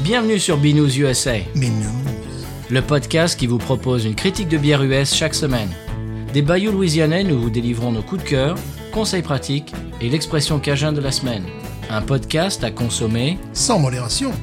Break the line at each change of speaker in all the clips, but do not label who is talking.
Bienvenue sur Binous USA,
Binous,
le podcast qui vous propose une critique de bière US chaque semaine. Des bayous louisianais, nous vous délivrons nos coups de cœur, conseils pratiques et l'expression cajun de la semaine. Un podcast à consommer
sans modération.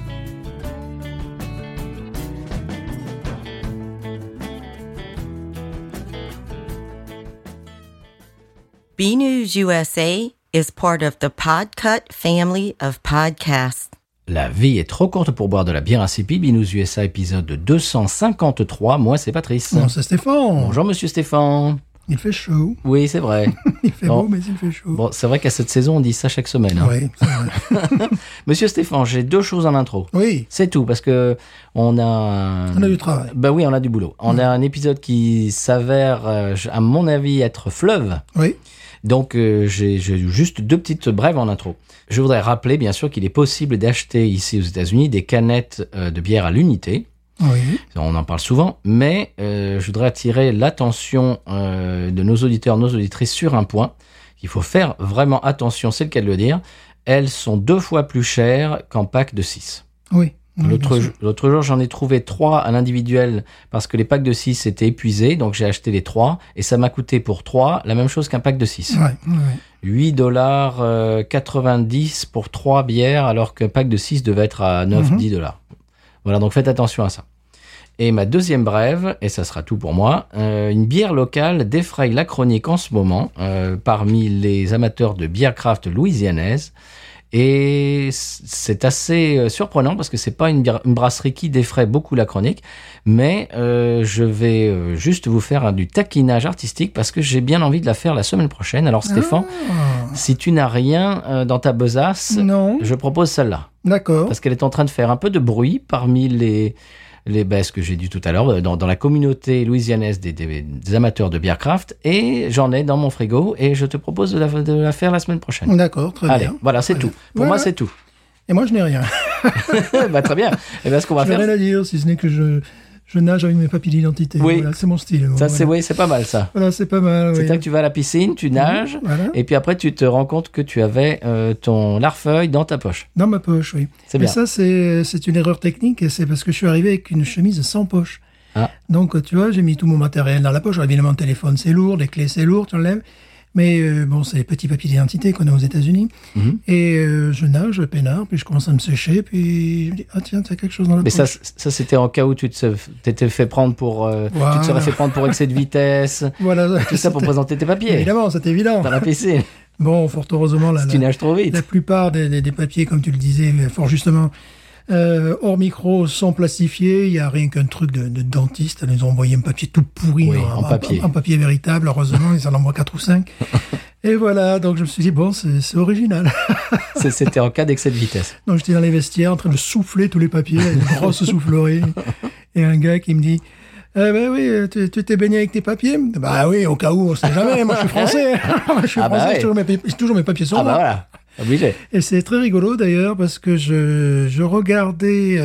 BNews USA is part of the Podcut family of podcasts.
La vie est trop courte pour boire de la bière insipide. Binous USA épisode 253. Moi, c'est Patrice.
Bon, c'est Stéphane.
Bonjour, monsieur Stéphane.
Il fait chaud.
Oui, c'est vrai.
Il fait beau, mais il fait chaud.
Bon, c'est vrai qu'à cette saison, on dit ça chaque semaine. Hein.
Oui, c'est vrai.
Monsieur Stéphane, j'ai deux choses en intro.
Oui.
C'est tout, parce que on a
du travail.
Ben oui, on a du boulot. On a un épisode qui s'avère, à mon avis, être fleuve.
Oui.
Donc, j'ai juste deux petites brèves en intro. Je voudrais rappeler, bien sûr, qu'il est possible d'acheter ici aux États-Unis des canettes de bière à l'unité.
Oui.
On en parle souvent, mais je voudrais attirer l'attention de nos auditeurs, nos auditrices sur un point. Il faut faire vraiment attention, c'est le cas de le dire. Elles sont 2 fois plus chères qu'en pack de 6.
Oui.
L'autre jour, j'en ai trouvé 3 à l'individuel parce que les packs de 6 étaient épuisés, donc j'ai acheté les 3 et ça m'a coûté pour 3 la même chose qu'un pack de 6.
Ouais.
$8,90 pour 3 bières alors qu'un pack de 6 devait être à 9-10 $. Voilà, donc faites attention à ça. Et ma deuxième brève, et ça sera tout pour moi, une bière locale défraye la chronique en ce moment parmi les amateurs de bière craft louisianaise. Et c'est assez surprenant parce que c'est pas une brasserie qui défraie beaucoup la chronique, mais je vais juste vous faire du taquinage artistique parce que j'ai bien envie de la faire la semaine prochaine. Alors Stéphane, si tu n'as rien dans ta besace,
non.
Je propose celle-là.
D'accord.
Parce qu'elle est en train de faire un peu de bruit parmi les ce que j'ai dit tout à l'heure, dans la communauté louisianaise des amateurs de bière craft, et j'en ai dans mon frigo, et je te propose de la faire la semaine prochaine.
D'accord, très
Allez,
bien.
voilà, c'est tout. Pour moi, c'est tout.
Et moi, je n'ai rien.
Bah, très bien. Et ben, ce qu'on va
je n'ai
faire...
rien à dire, si ce n'est que je nage avec mes papiers d'identité.
Oui.
Voilà, c'est mon style.
Ça, c'est pas mal, ça.
Voilà, c'est pas mal.
C'est
oui.
là que tu vas à la piscine, tu nages,
voilà.
Et puis après, tu te rends compte que tu avais ton larfeuille dans ta poche.
Dans ma poche, oui.
C'est bien.
Et ça, c'est une erreur technique, et c'est parce que je suis arrivé avec une chemise sans poche.
Ah.
Donc, tu vois, j'ai mis tout mon matériel dans la poche. Alors, évidemment, le téléphone, c'est lourd, les clés, c'est lourd, tu enlèves. Mais bon, c'est les petits papiers d'identité qu'on a aux États-Unis. Mm-hmm. Et je nage, je peinard, puis je commence à me sécher, puis je me dis, ah tiens, t'as quelque chose dans la poche.
Mais ça c'était en cas où tu t'étais fait prendre pour...
Voilà.
Tu te serais fait prendre pour excès de vitesse.
Voilà.
Tout ça pour présenter tes papiers.
Évidemment, c'est évident.
Dans la piscine.
Bon, fort heureusement,
tu nages trop vite.
La plupart des papiers, comme tu le disais, fort justement, hors micro, sont plastifiés. Il n'y a rien qu'un truc de dentiste. Ils ont envoyé un papier tout pourri,
oui, en papier.
En papier véritable. Heureusement, ils en envoient 4 ou 5. Et voilà, donc je me suis dit, bon, c'est original.
C'était en cas d'excès de vitesse.
Donc j'étais dans les vestiaires en train de souffler tous les papiers, une grosse soufflerie. Et un gars qui me dit, ben oui, tu t'es baigné avec tes papiers? Bah oui, au cas où, on sait jamais. Moi, je suis français. Je suis français, j'ai toujours mes papiers sur moi.
Ah bah voilà, obligé.
Et c'est très rigolo d'ailleurs parce que je regardais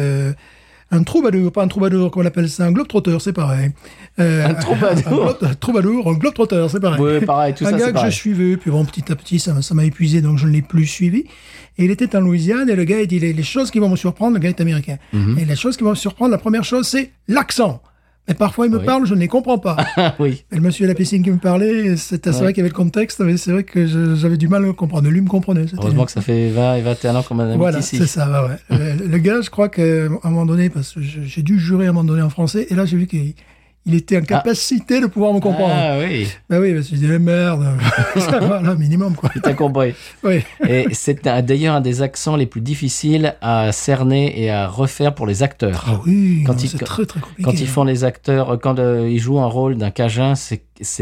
un troubadour, pas un troubadour, comment on appelle ça, un globe-trotteur, c'est pareil.
Un troubadour?
Un troubadour, un globe-trotteur, c'est pareil.
Oui, pareil, tout ça, c'est pareil.
Un gars que je suivais, puis bon, petit à petit, ça m'a épuisé, donc je ne l'ai plus suivi. Et il était en Louisiane, et le gars, il dit, les choses qui vont me surprendre, le gars est américain. Mm-hmm. Et les choses qui vont me surprendre, la première chose, c'est l'accent. Mais parfois, il me parle, je ne les comprends pas.
Oui.
Et le monsieur à la piscine qui me parlait, c'était vrai qu'il y avait le contexte, mais c'est vrai que j'avais du mal à le comprendre. Lui me comprenait.
Heureusement que ça fait 20 et 21 ans qu'on habite
voilà,
ici.
C'est ça, ouais. Le gars, je crois qu'à un moment donné, parce que j'ai dû jurer à un moment donné en français, et là, j'ai vu qu'il était en capacité de pouvoir me comprendre.
Ah oui.
Ben oui, parce que je disais, merde. Ça va, là, minimum, quoi.
Il t'a compris.
Oui.
Et c'est d'ailleurs un des accents les plus difficiles à cerner et à refaire pour les acteurs.
Ah oui, c'est très, très compliqué.
Quand ils font les acteurs, quand ils jouent un rôle d'un Cajun, c'est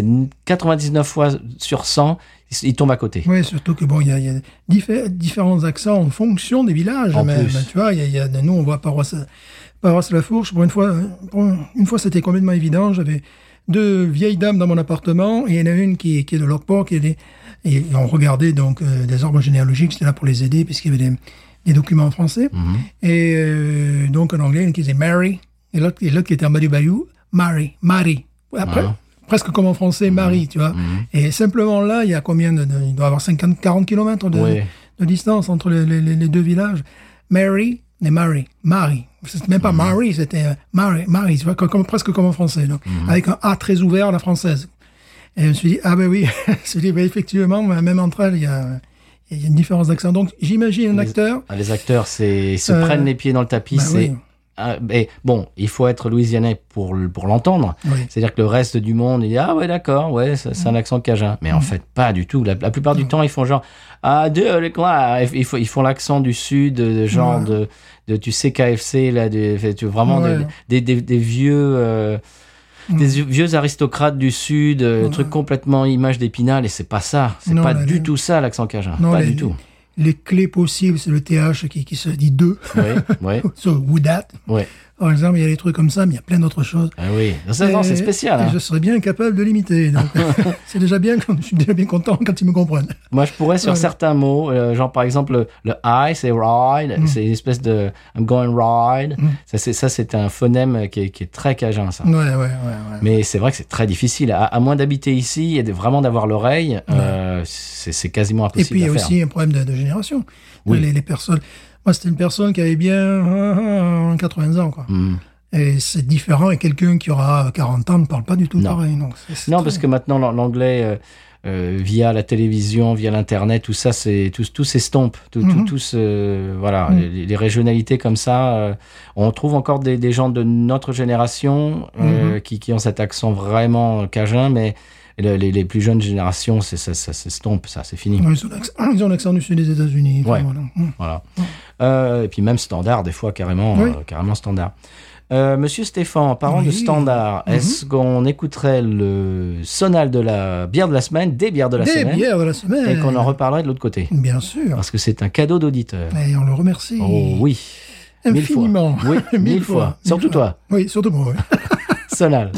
99 fois sur 100, ils tombent à côté.
Oui, surtout que bon, il y a différents accents en fonction des villages. Même. Tu vois, nous, on voit Paroisse-la-Fourche. Pour une fois, c'était complètement évident. J'avais 2 vieilles dames dans mon appartement, et il y en a une qui est de Lockport, et on regardait donc des arbres généalogiques. J'étais là pour les aider, puisqu'il y avait des documents en français. Mm-hmm. Et donc, en anglais, une qui disait Mary, et l'autre qui était en bas du bayou, Marie. Après, presque comme en français, Marie, tu vois. Et simplement là, il y a combien il doit y avoir 40 kilomètres de distance entre les deux villages. Mary, des Marie. C'était même pas Marie, c'était Marie, tu vois, presque comme en français, donc, avec un A très ouvert à la française. Et je me suis dit, ah ben oui, je me suis dit, effectivement, même entre elles, il y a une différence d'accent. Donc, j'imagine un acteur.
Les acteurs, se prennent les pieds dans le tapis,
oui.
Mais bon, il faut être louisianais pour l'entendre.
Oui.
C'est-à-dire que le reste du monde, il dit ah ouais d'accord, ouais c'est un accent cajun. Mais en fait pas du tout. La plupart du temps ils font genre ils font l'accent du sud, genre de tu sais KFC là, vraiment des vieux. Des vieux aristocrates du Sud, truc complètement image d'Épinal, et c'est pas ça. C'est pas du tout ça l'accent cajun.
Non,
pas du tout.
Les clés possibles, c'est le TH qui se dit 2.
Oui.
So, would that.
Oui.
Par exemple, il y a des trucs comme ça, mais il y a plein d'autres choses.
Ah oui, c'est spécial. Hein.
Je serais bien capable de l'imiter. Donc, c'est déjà bien, je suis déjà bien content quand ils me comprennent.
Moi, je pourrais sur certains mots, genre par exemple le I, c'est ride, c'est une espèce de I'm going ride. Ça, c'est un phonème qui est très cajun, ça.
Ouais.
Mais c'est vrai que c'est très difficile. À moins d'habiter ici et vraiment d'avoir l'oreille, c'est quasiment impossible.
Et puis il y a aussi un problème de génération.
Oui.
Les personnes. Moi, c'était une personne qui avait bien 80 ans, quoi. Et c'est différent, et quelqu'un qui aura 40 ans ne parle pas du tout pareil. Donc
parce que maintenant, l'anglais, via la télévision, via l'Internet, tout ça, tout s'estompe. Voilà, les régionalités comme ça, on trouve encore des gens de notre génération qui ont cet accent vraiment cajun, mais les plus jeunes générations, ça s'estompe, ça, c'est fini.
Oui, ils ont l'accent du sud des États-Unis.
Ouais. Voilà. Et puis même standard, des fois, carrément standard. Monsieur Stéphane, en parlant de standard, est-ce qu'on écouterait le sonal de la bière de la semaine, des bières de la semaine, et qu'on en reparlerait de l'autre côté?
Bien sûr.
Parce que c'est un cadeau d'auditeur.
Et on le remercie.
Oh oui.
Infiniment.
1000 fois. Oui, 1000 fois. Surtout toi.
Oui, surtout moi.
Sonal.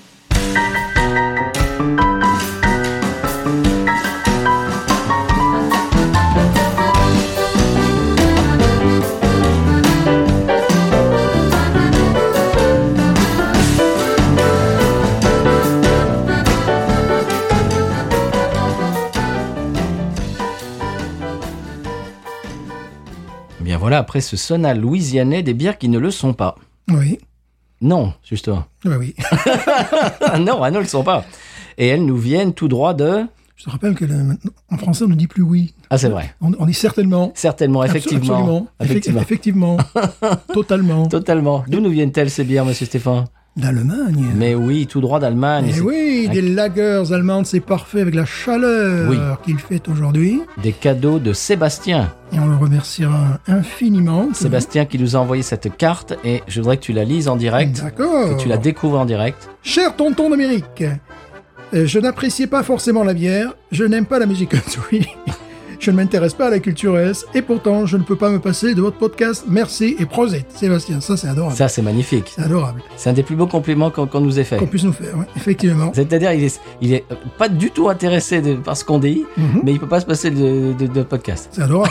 Voilà, après ce sonal louisianais, des bières qui ne le sont pas.
Oui.
Non, justement.
Oui.
Non, elles ne le sont pas. Et elles nous viennent tout droit de...
Je te rappelle qu'en français, on ne dit plus oui.
Ah, c'est vrai.
On dit certainement.
Certainement, effectivement.
Effectivement.
Totalement. D'où nous viennent-elles ces bières, monsieur Stéphane?
D'Allemagne.
Mais oui, tout droit d'Allemagne.
Mais oui, des lagers allemandes, c'est parfait avec la chaleur qu'il fait aujourd'hui.
Des cadeaux de Sébastien.
Et on le remerciera infiniment.
Sébastien qui nous a envoyé cette carte, et je voudrais que tu la lises en direct.
D'accord.
Que tu la découvres en direct.
Cher tonton d'Amérique, je n'appréciais pas forcément la bière, je n'aime pas la musique country. Je ne m'intéresse pas à la culture S, et pourtant, je ne peux pas me passer de votre podcast. Merci et prosit, Sébastien. Ça, c'est adorable.
Ça, c'est magnifique.
C'est adorable.
C'est un des plus beaux compliments qu'on nous ait fait.
Qu'on puisse nous faire, oui, effectivement.
C'est-à-dire, il est pas du tout intéressé par ce qu'on dit, mais il peut pas se passer de podcast.
C'est adorable.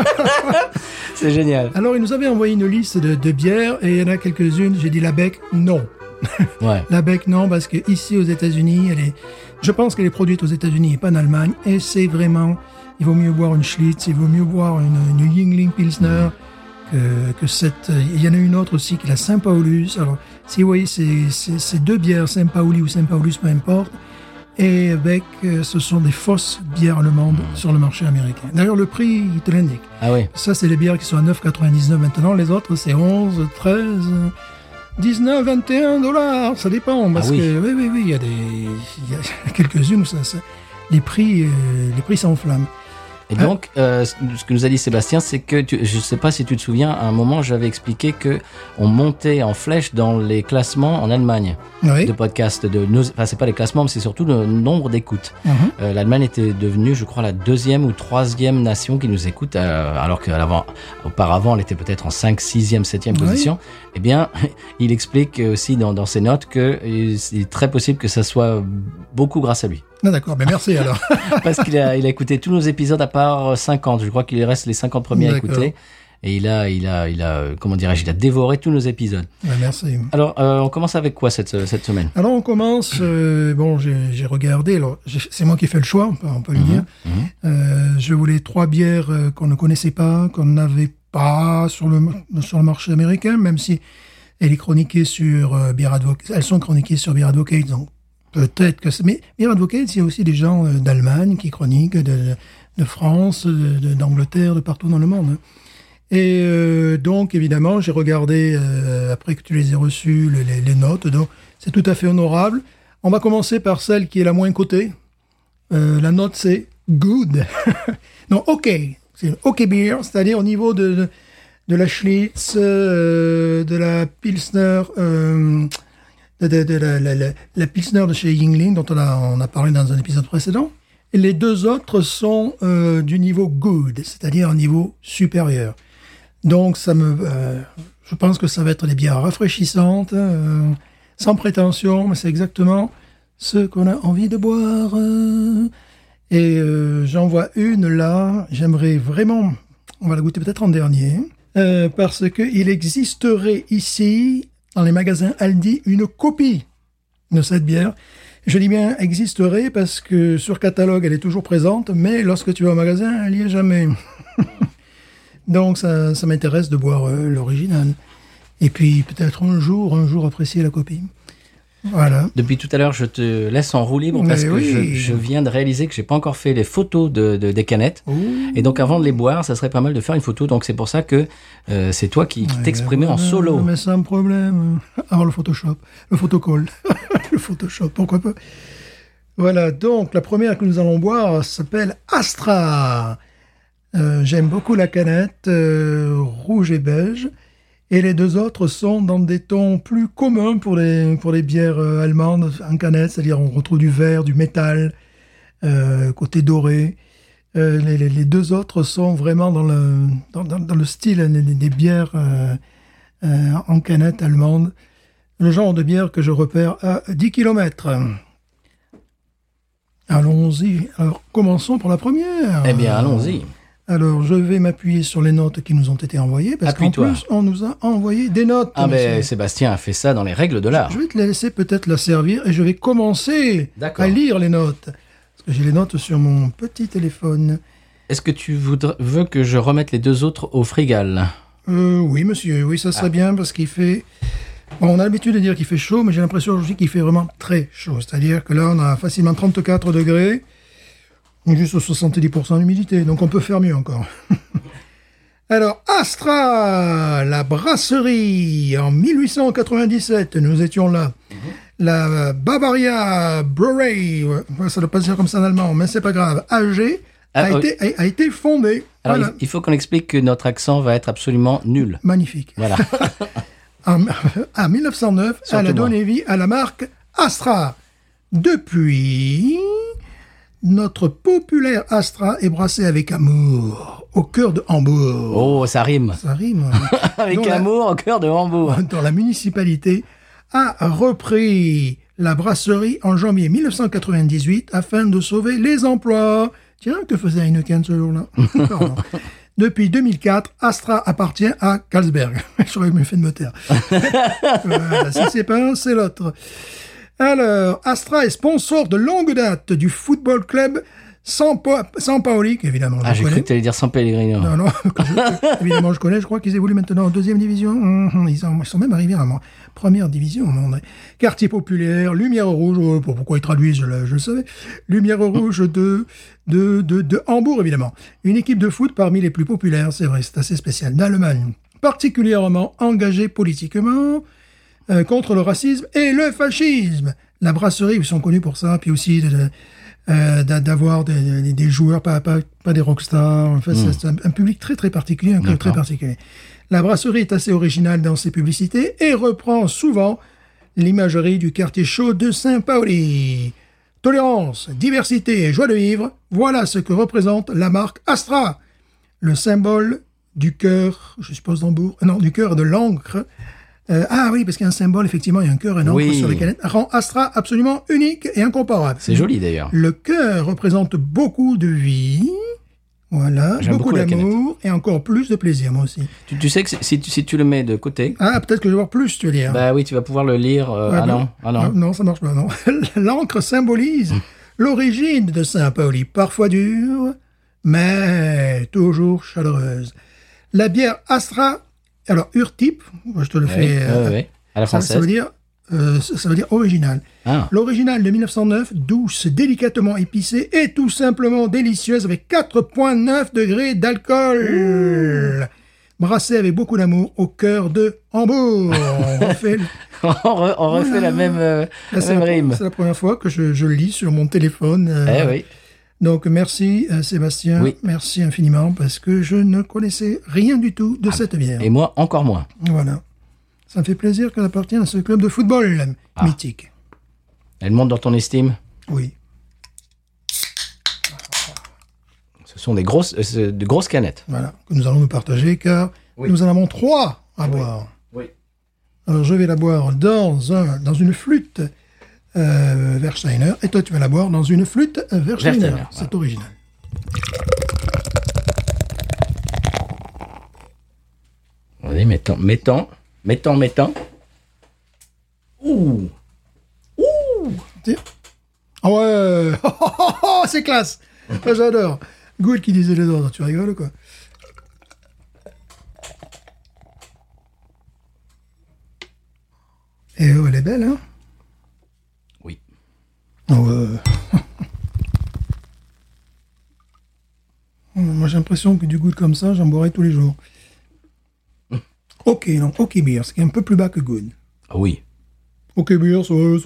C'est génial.
Alors, il nous avait envoyé une liste de bières, et il y en a quelques-unes. J'ai dit la Beck, non.
Ouais.
La Beck, non, parce que ici aux États-Unis, je pense qu'elle est produite aux États-Unis et pas en Allemagne, et c'est vraiment... Il vaut mieux boire une Schlitz, il vaut mieux boire une Yuengling Pilsner que cette... Il y en a une autre aussi qui est la Saint-Paulus. Alors, si vous voyez, c'est deux bières, Saint-Pauli ou Saint-Paulus, peu importe. Et avec, ce sont des fausses bières allemandes sur le marché américain. D'ailleurs, le prix, il te l'indique.
Ah oui.
Ça, c'est les bières qui sont à 9,99 maintenant. Les autres, c'est 11, 13... 19, 21 $, ça dépend. Parce que, oui, il y a quelques-unes où les prix s'enflamment.
Et donc, ce que nous a dit Sébastien, c'est que, je ne sais pas si tu te souviens, à un moment, j'avais expliqué que on montait en flèche dans les classements en Allemagne de podcasts. Enfin, c'est pas les classements, mais c'est surtout le nombre d'écoutes. L'Allemagne était devenue, je crois, la 2e ou 3e nation qui nous écoute, alors qu'auparavant, elle était peut-être en 5, 6e, 7e position. Eh bien, il explique aussi dans ses notes que c'est très possible que ça soit beaucoup grâce à lui.
Ah, d'accord, ben merci alors.
Parce qu'il a écouté tous nos épisodes à part 50. Je crois qu'il reste les 50 premiers à écouter. Et il a comment dirais-je, il a dévoré tous nos épisodes.
Ben merci.
Alors, on commence avec quoi cette semaine?
Alors, on commence, j'ai regardé, alors, c'est moi qui ai fait le choix, on peut le dire. Je voulais 3 bières qu'on ne connaissait pas, qu'on n'avait pas sur le marché américain, même si elle est chroniquée sur Beer Advocate. Elles sont chroniquées sur Beer Advocate, donc peut-être que... Mais Beer Advocate, il y a aussi des gens d'Allemagne qui chroniquent, de France, d'Angleterre, de partout dans le monde. Et donc, évidemment, j'ai regardé, après que tu les aies reçus, les notes. Donc, c'est tout à fait honorable. On va commencer par celle qui est la moins cotée. La note, c'est good. Non, OK. C'est OK beer, c'est-à-dire au niveau de la Schlitz, de la Pilsner, la Pilsner de chez Yuengling, dont on a parlé dans un épisode précédent. Et les deux autres sont du niveau good, c'est-à-dire un niveau supérieur. Donc, je pense que ça va être des bières rafraîchissantes, sans prétention, mais c'est exactement ce qu'on a envie de boire. Et j'en vois une là, j'aimerais vraiment, on va la goûter peut-être en dernier, parce qu'il existerait ici, dans les magasins Aldi, une copie de cette bière. Je dis bien existerait parce que sur catalogue, elle est toujours présente, mais lorsque tu vas au magasin, elle n'y est jamais. Donc ça m'intéresse de boire l'original. Et puis peut-être un jour apprécier la copie. Voilà.
Depuis tout à l'heure, je te laisse en roue libre parce que je viens de réaliser que j'ai pas encore fait les photos des canettes. Ouh. Et donc avant de les boire, ça serait pas mal de faire une photo. Donc c'est pour ça que c'est toi qui t'exprimais en solo.
Mais sans problème. Alors le Photoshop, le photocall, le Photoshop, pourquoi pas. Voilà, donc la première que nous allons boire s'appelle Astra. J'aime beaucoup la canette rouge et beige. Et les deux autres sont dans des tons plus communs pour les bières allemandes en canette, c'est-à-dire on retrouve du vert, du métal, côté doré. Les deux autres sont vraiment dans le style des bières en canette allemande, le genre de bière que je repère à 10 km. Allons-y. Alors, commençons pour la première.
Eh bien, allons-y.
Alors, je vais m'appuyer sur les notes qui nous ont été envoyées, parce qu'en plus, on nous a envoyé des notes.
Ah ben, Sébastien a fait ça dans les règles de l'art.
Je vais te laisser peut-être la servir, et je vais commencer à lire les notes. Parce que j'ai les notes sur mon petit téléphone.
Est-ce que tu veux que je remette les deux autres au Frigal ?
Oui, monsieur, oui, ça serait bien, parce qu'il fait... Bon, on a l'habitude de dire qu'il fait chaud, mais j'ai l'impression aujourd'hui qu'il fait vraiment très chaud. C'est-à-dire que là, on a facilement 34 degrés, juste 70% d'humidité, donc on peut faire mieux encore. Alors, Astra, la brasserie, en 1897, nous étions là. La Bavaria Brewery, ça ne doit pas se dire comme ça en allemand, mais c'est pas grave, AG, a été fondée.
Alors,
voilà.
Il faut qu'on explique que notre accent va être absolument nul.
Magnifique.
Voilà.
En 1909, elle a donné vie à la marque Astra. Depuis... Notre populaire Astra est brassé avec amour, au cœur de Hambourg.
Oh, ça rime.
Ça rime.
Avec amour, au cœur de Hambourg.
Dont la municipalité a repris la brasserie en janvier 1998 afin de sauver les emplois. Tiens, que faisait Heineken ce jour-là? Depuis 2004, Astra appartient à Carlsberg. J'aurais mieux fait de me taire. Voilà, si c'est pas un, c'est l'autre. Alors, Astra est sponsor de longue date du football club San Paoli, évidemment.
Ah, j'ai cru que tu allais dire San Pellegrino.
Non, évidemment, je connais. Je crois qu'ils évoluent maintenant en deuxième division. Ils sont même arrivés à la première division. Quartier populaire, lumière rouge. Pourquoi ils traduisent, je le savais. Lumière rouge de Hambourg, évidemment. Une équipe de foot parmi les plus populaires, c'est vrai, c'est assez spécial, d'Allemagne. Particulièrement engagée politiquement, contre le racisme et le fascisme. La brasserie, ils sont connus pour ça, puis aussi d'avoir des joueurs, pas des rockstars. En fait, c'est un public très très particulier, un club très particulier. La brasserie est assez originale dans ses publicités et reprend souvent l'imagerie du quartier chaud de Saint-Pauli. Tolérance, diversité et joie de vivre, voilà ce que représente la marque Astra. Le symbole du cœur, je suppose d'Hambourg, du cœur et de l'encre. Ah oui, parce qu'il y a un symbole, effectivement, il y a un cœur et une encre sur les canettes, rend Astra absolument unique et incomparable.
C'est joli d'ailleurs.
Le cœur représente beaucoup de vie, voilà, beaucoup d'amour et encore plus de plaisir, moi aussi.
Tu sais que si tu le mets de côté...
Ah, peut-être que je vais voir plus, tu veux dire.
Bah oui, tu vas pouvoir le lire.
Non, ça marche pas, non. L'encre symbolise l'origine de Saint-Pauli, parfois dure, mais toujours chaleureuse. La bière Astra, alors Urtype, je te le fais
à la française.
Ça veut dire original.
Ah.
L'original de 1909, douce, délicatement épicée et tout simplement délicieuse avec 4,9 degrés d'alcool. Brassée avec beaucoup d'amour au cœur de Hambourg.
On refait la même rime.
C'est la première fois que je le lis sur mon téléphone.
Oui.
Donc merci Sébastien, merci infiniment parce que je ne connaissais rien du tout de cette bière.
Et moi encore moins.
Voilà. Ça me fait plaisir qu'elle appartienne à ce club de football mythique.
Elle monte dans ton estime?
Oui.
Ce sont de grosses canettes.
Voilà, que nous allons nous partager car nous en avons 3 à boire.
Oui.
Alors je vais la boire dans une flûte Wersteiner et toi tu vas la boire dans une flûte Wersteiner. C'est original.
Allez, mettons. Ouh.
Ah ouais. C'est classe. Ça, j'adore. Good qui disait les autres, tu rigoles quoi. Et elle est belle, hein?
Oui.
Moi j'ai l'impression que du goût comme ça, j'en boirais tous les jours. Ok Beer, c'est un peu plus bas que Good.
Ah oui.
Ok Beer, ça va.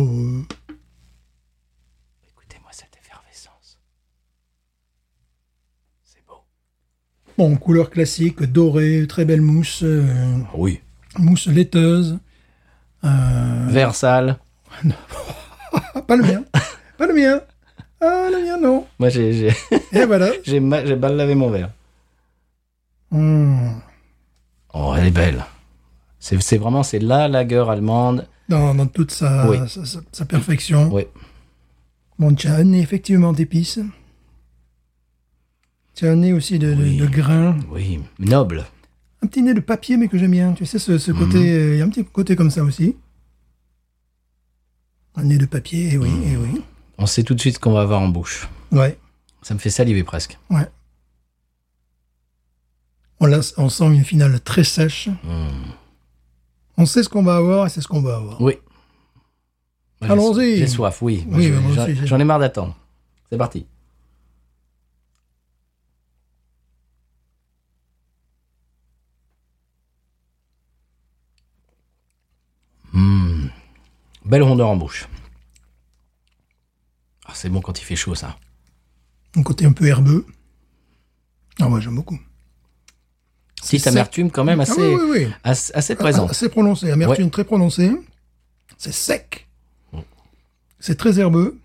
Écoutez-moi cette effervescence. C'est beau.
Bon, couleur classique, dorée, très belle mousse.
Oui.
Mousse laiteuse.
Vert sale.
Pas le mien. Pas le mien. Ah, le mien, non.
Moi, j'ai
Et voilà.
j'ai mal lavé mon verre. Oh, elle est belle. C'est vraiment la lager allemande.
Dans toute sa perfection.
Oui.
Bon, tu as un nez effectivement d'épices. Tu as un nez aussi de grains.
Oui, noble.
Un petit nez de papier, mais que j'aime bien. Tu sais, ce côté... Il y a un petit côté comme ça aussi. Un nez de papier, et oui.
On sait tout de suite ce qu'on va avoir en bouche.
Ouais.
Ça me fait saliver presque.
Ouais. On sent une finale très sèche. On sait ce qu'on va avoir et c'est ce qu'on va avoir.
Oui. Moi,
allons-y.
J'ai soif, oui.
Oui,
J'en ai marre d'attendre. C'est parti. Belle rondeur en bouche. Ah, c'est bon quand il fait chaud, ça.
Un côté un peu herbeux. Ah, moi, j'aime beaucoup.
Petite amertume quand même assez présente.
Assez prononcée. Amertume très prononcée. C'est sec. C'est très herbeux.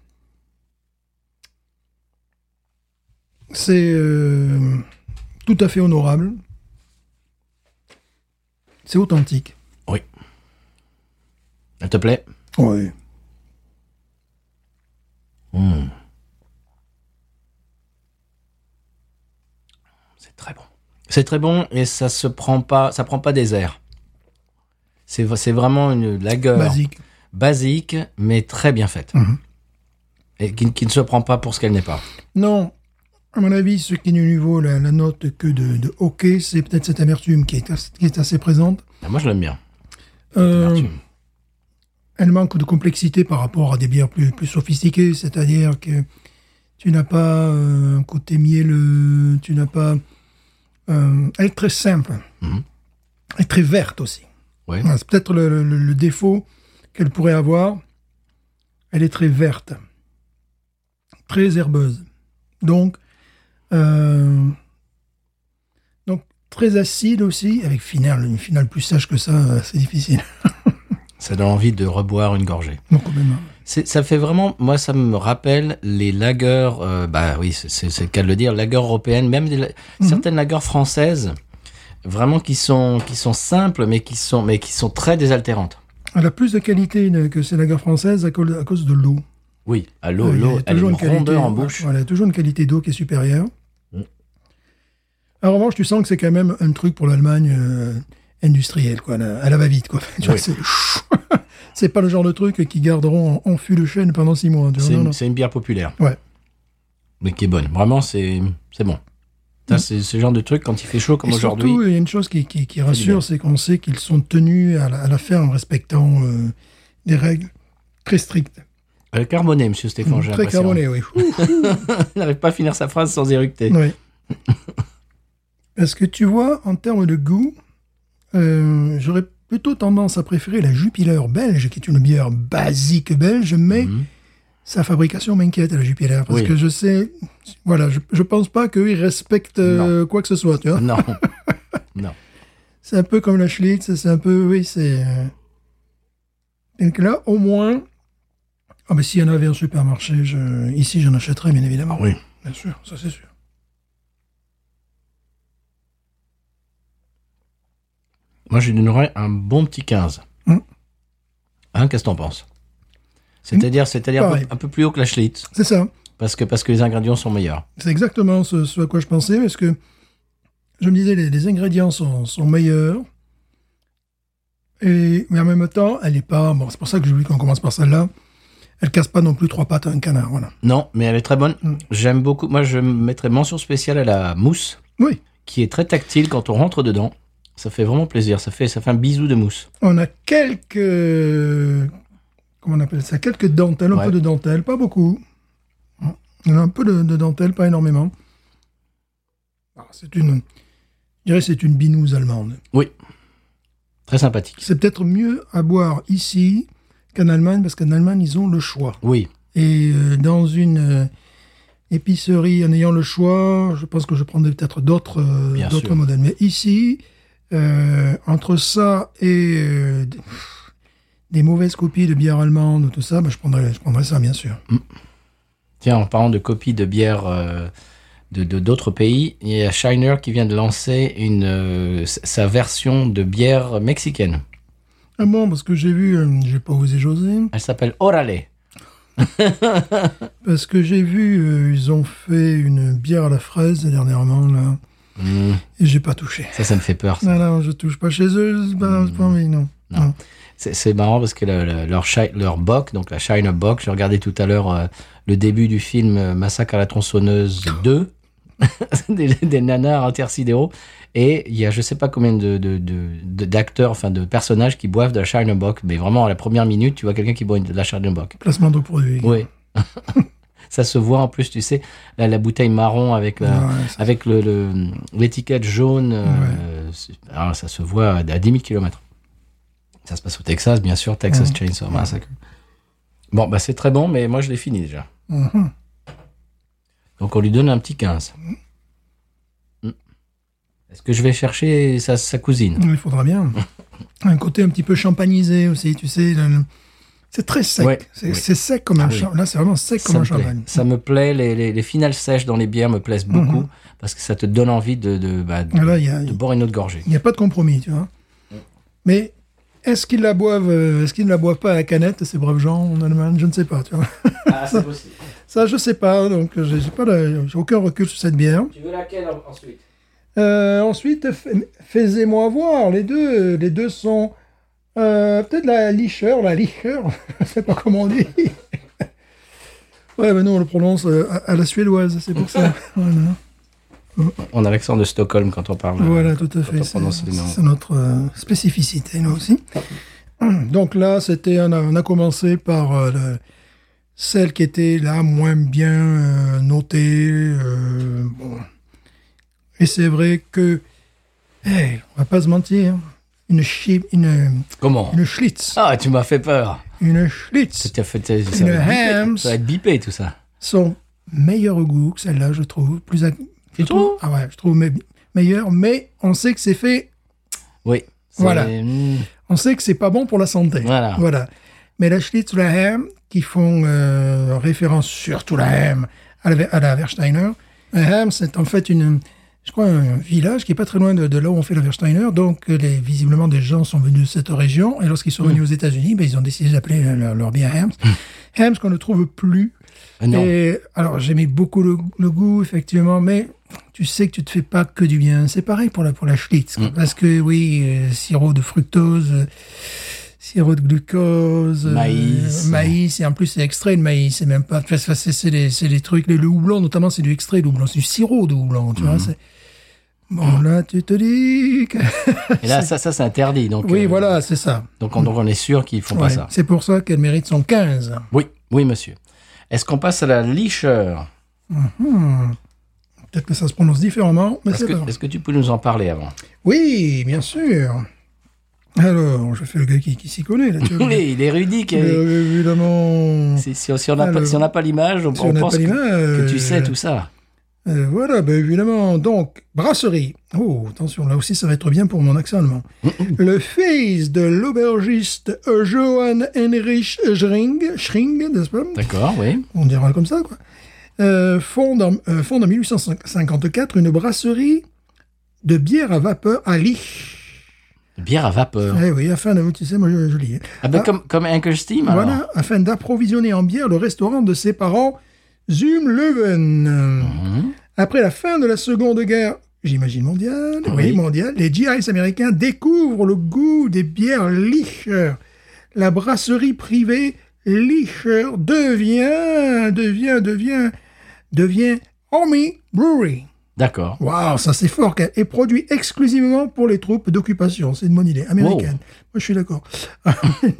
C'est tout à fait honorable. C'est authentique.
Oui. Elle te plaît?
Oui.
C'est très bon. C'est très bon et ça prend pas des airs. C'est vraiment une lager basique, mais très bien faite. Et qui ne se prend pas pour ce qu'elle n'est pas.
Non. À mon avis, ce qui ne lui vaut la note que de hockey, c'est peut-être cette amertume qui est assez présente.
Moi, je l'aime bien.
Elle manque de complexité par rapport à des bières plus sophistiquées, c'est-à-dire que tu n'as pas un côté mielleux, tu n'as pas... elle est très simple. Elle est très verte aussi.
Ouais.
C'est peut-être le défaut qu'elle pourrait avoir. Elle est très verte. Très herbeuse. Donc très acide aussi, avec une finale plus sèche que ça, c'est difficile.
Ça donne envie de reboire une gorgée.
Non, complètement.
Ça fait vraiment, moi, ça me rappelle les lagers, c'est le cas de le dire, lagers européennes, même certaines lagers françaises, vraiment qui sont simples, mais qui sont très désaltérantes.
Elle a plus de qualité que ces lagers françaises à cause de l'eau.
Oui, l'eau, elle a une rondeur en bouche.
Voilà, il y a toujours une qualité d'eau qui est supérieure. En revanche, tu sens que c'est quand même un truc pour l'Allemagne industrielle, quoi. Elle va vite, quoi. Tu vois, c'est pas le genre de truc qui garderont en fût de chêne pendant 6 mois.
C'est une bière populaire.
Ouais.
Mais qui est bonne. Vraiment, c'est bon. Ça, c'est ce genre de truc quand il fait chaud comme aujourd'hui.
Surtout, il y a une chose qui rassure, c'est qu'on sait qu'ils sont tenus à la faire en respectant des règles très strictes.
Carboné, monsieur Stéphane, j'ai
très
l'impression.
carboné, oui.
Il n'arrive pas à finir sa phrase sans éructer.
Oui. Parce que tu vois, en termes de goût, j'aurais plutôt tendance à préférer la Jupiler belge, qui est une bière basique belge, mais sa fabrication m'inquiète, la Jupiler, parce que je sais, voilà, je pense pas qu'ils respectent quoi que ce soit, tu vois.
Non. Non.
C'est un peu comme la Schlitz, c'est un peu, oui, c'est... Donc là, au moins... Ah ben s'il y en avait en supermarché, ici j'en achèterais, bien évidemment.
Oui.
Bien sûr, ça c'est sûr.
Moi, je lui donnerais un bon petit 15. Hein, qu'est-ce que t'en penses? C'est-à-dire un peu plus haut que la Schlitz.
C'est ça.
Parce que les ingrédients sont meilleurs.
C'est exactement ce à quoi je pensais, parce que je me disais, les ingrédients sont meilleurs, mais en même temps, elle est pas... Bon, c'est pour ça que j'ai voulu qu'on commence par celle-là. Elle casse pas non plus 3 pattes à un canard, voilà.
Non, mais elle est très bonne. J'aime beaucoup. Moi, je mettrais mention spéciale à la mousse.
Oui.
Qui est très tactile quand on rentre dedans. Ça fait vraiment plaisir. Ça fait un bisou de mousse.
On a quelques... Comment on appelle ça? Quelques dentelles, un peu de dentelle, pas beaucoup. On a un peu de dentelle, pas énormément. Je dirais c'est une binouse allemande.
Oui. Très sympathique.
C'est peut-être mieux à boire ici qu'en Allemagne, parce qu'en Allemagne, ils ont le choix.
Oui.
Et dans une épicerie, en ayant le choix, je pense que je prendrais peut-être d'autres modèles. Mais ici, entre ça et des mauvaises copies de bière allemande, tout ça, je prendrais ça, bien sûr.
Tiens, en parlant de copies de bière d'autres pays, il y a Shiner qui vient de lancer sa version de bière mexicaine.
Ah bon, parce que j'ai vu, j'ai pas osé José.
Elle s'appelle Orale.
Parce que j'ai vu, ils ont fait une bière à la fraise dernièrement, là. Et j'ai pas touché.
Ça me fait peur, ça.
Non, je touche pas chez eux, c'est pas envie, non.
C'est marrant parce que leur bock, donc la Shiner Bock, j'ai regardé tout à l'heure le début du film Massacre à la tronçonneuse 2, des nanars intersidéraux, et il y a je sais pas combien d'acteurs, enfin de personnages qui boivent de la Shiner Bock, mais vraiment à la première minute, tu vois quelqu'un qui boit de la Shiner Bock.
Placement de produit.
Oui. Ça se voit en plus, tu sais, la bouteille marron avec l'étiquette jaune, alors ça se voit à 10 000 km. Ça se passe au Texas, bien sûr, Texas Chainsaw Massacre. Bon, c'est très bon, mais moi je l'ai fini déjà. Donc on lui donne un petit 15. Est-ce que je vais chercher sa cousine?
Il faudra bien. Un côté un petit peu champagnisé aussi, tu sais. C'est très sec.
Ouais,
c'est sec comme un champagne. Là, c'est vraiment sec comme un champagne.
Ça me plaît. Les finales sèches dans les bières me plaisent beaucoup parce que ça te donne envie de boire une autre gorgée.
Il n'y a pas de compromis, tu vois. Mais est-ce qu'ils la boivent ne la boivent pas à la canette, ces braves gens en Allemagne? Je ne sais pas, tu vois.
Ah, c'est possible.
Ça, je sais pas. Donc, j'ai aucun recul sur cette bière.
Tu veux laquelle ensuite?
Ensuite, fais-moi voir. Les deux sont peut-être la licheur, je sais pas comment on dit. Ouais, mais nous on le prononce à la suédoise, c'est pour ça. Voilà.
On a l'accent de Stockholm quand on parle.
Voilà, tout à fait. C'est notre spécificité, nous aussi. Donc là, on a commencé par celle qui était là moins bien notée. Bon. Et c'est vrai que, on va pas se mentir,
Comment?
Une Schlitz.
Ah, tu m'as fait peur.
Une Schlitz.
Une Hams. Ça va être bipé, tout ça.
Sont meilleurs au goût que celle-là, je trouve.
Tu trouves?
Ah ouais, je trouve meilleur, mais on sait que c'est fait.
Oui.
Voilà. On sait que c'est pas bon pour la santé. Voilà. Mais la Schlitz ou la Ham, qui font référence surtout la Ham à la Versteiner. La Ham, c'est en fait je crois, un village qui est pas très loin de là où on fait le Versteiner. Donc, visiblement, des gens sont venus de cette région. Et lorsqu'ils sont venus aux États-Unis, ils ont décidé d'appeler leur bière Hams. Hams qu'on ne trouve plus.
Non.
Et, alors, j'aimais beaucoup le goût, effectivement, mais tu sais que tu te fais pas que du bien. C'est pareil pour la Schlitz. Parce que, oui, sirop de fructose, sirop de glucose, maïs, et en plus c'est extrait de maïs, c'est même pas, c'est des trucs, le houblon notamment, c'est du extrait de houblon, c'est du sirop de houblon, tu vois, Bon, là, tu te dis que...
Et là, ça c'est interdit. Donc,
oui, voilà, c'est ça.
Donc on est sûr qu'ils font pas ça.
C'est pour ça qu'elle mérite son 15.
Oui, monsieur. Est-ce qu'on passe à la licheur?
Peut-être que ça se prononce différemment, mais
Est-ce que tu peux nous en parler avant?
Oui, bien sûr. Alors, je fais le gars qui s'y connaît, là.
Oui, il est érudit.
Évidemment.
Si on n'a pas l'image, on pense que tu sais tout ça.
Voilà, évidemment. Donc, brasserie. Oh, attention, là aussi, ça va être bien pour mon accent allemand. Le fils de l'aubergiste Johann Heinrich Schring, n'est-ce pas?
D'accord, oui.
On dira comme ça, quoi. Fonde en 1854 une brasserie de bière à vapeur à Lich.
Bière à vapeur.
Eh oui, afin de, tu sais, moi je lis.
Comme Ankersteam, alors.
Voilà, afin d'approvisionner en bière le restaurant de ses parents, Zumlöwen. Après la fin de la Seconde Guerre, j'imagine mondiale, mondiale, les GIs américains découvrent le goût des bières Licher. La brasserie privée Licher devient Army Brewery.
D'accord.
Waouh, ça c'est fort, et produit exclusivement pour les troupes d'occupation. C'est une bonne idée, américaine. Moi, je suis d'accord. En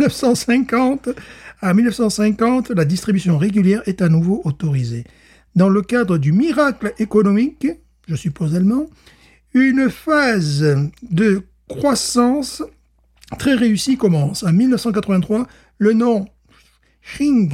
1950, la distribution régulière est à nouveau autorisée. Dans le cadre du miracle économique, je suppose allemand, une phase de croissance très réussie commence. En 1983, le nom Sching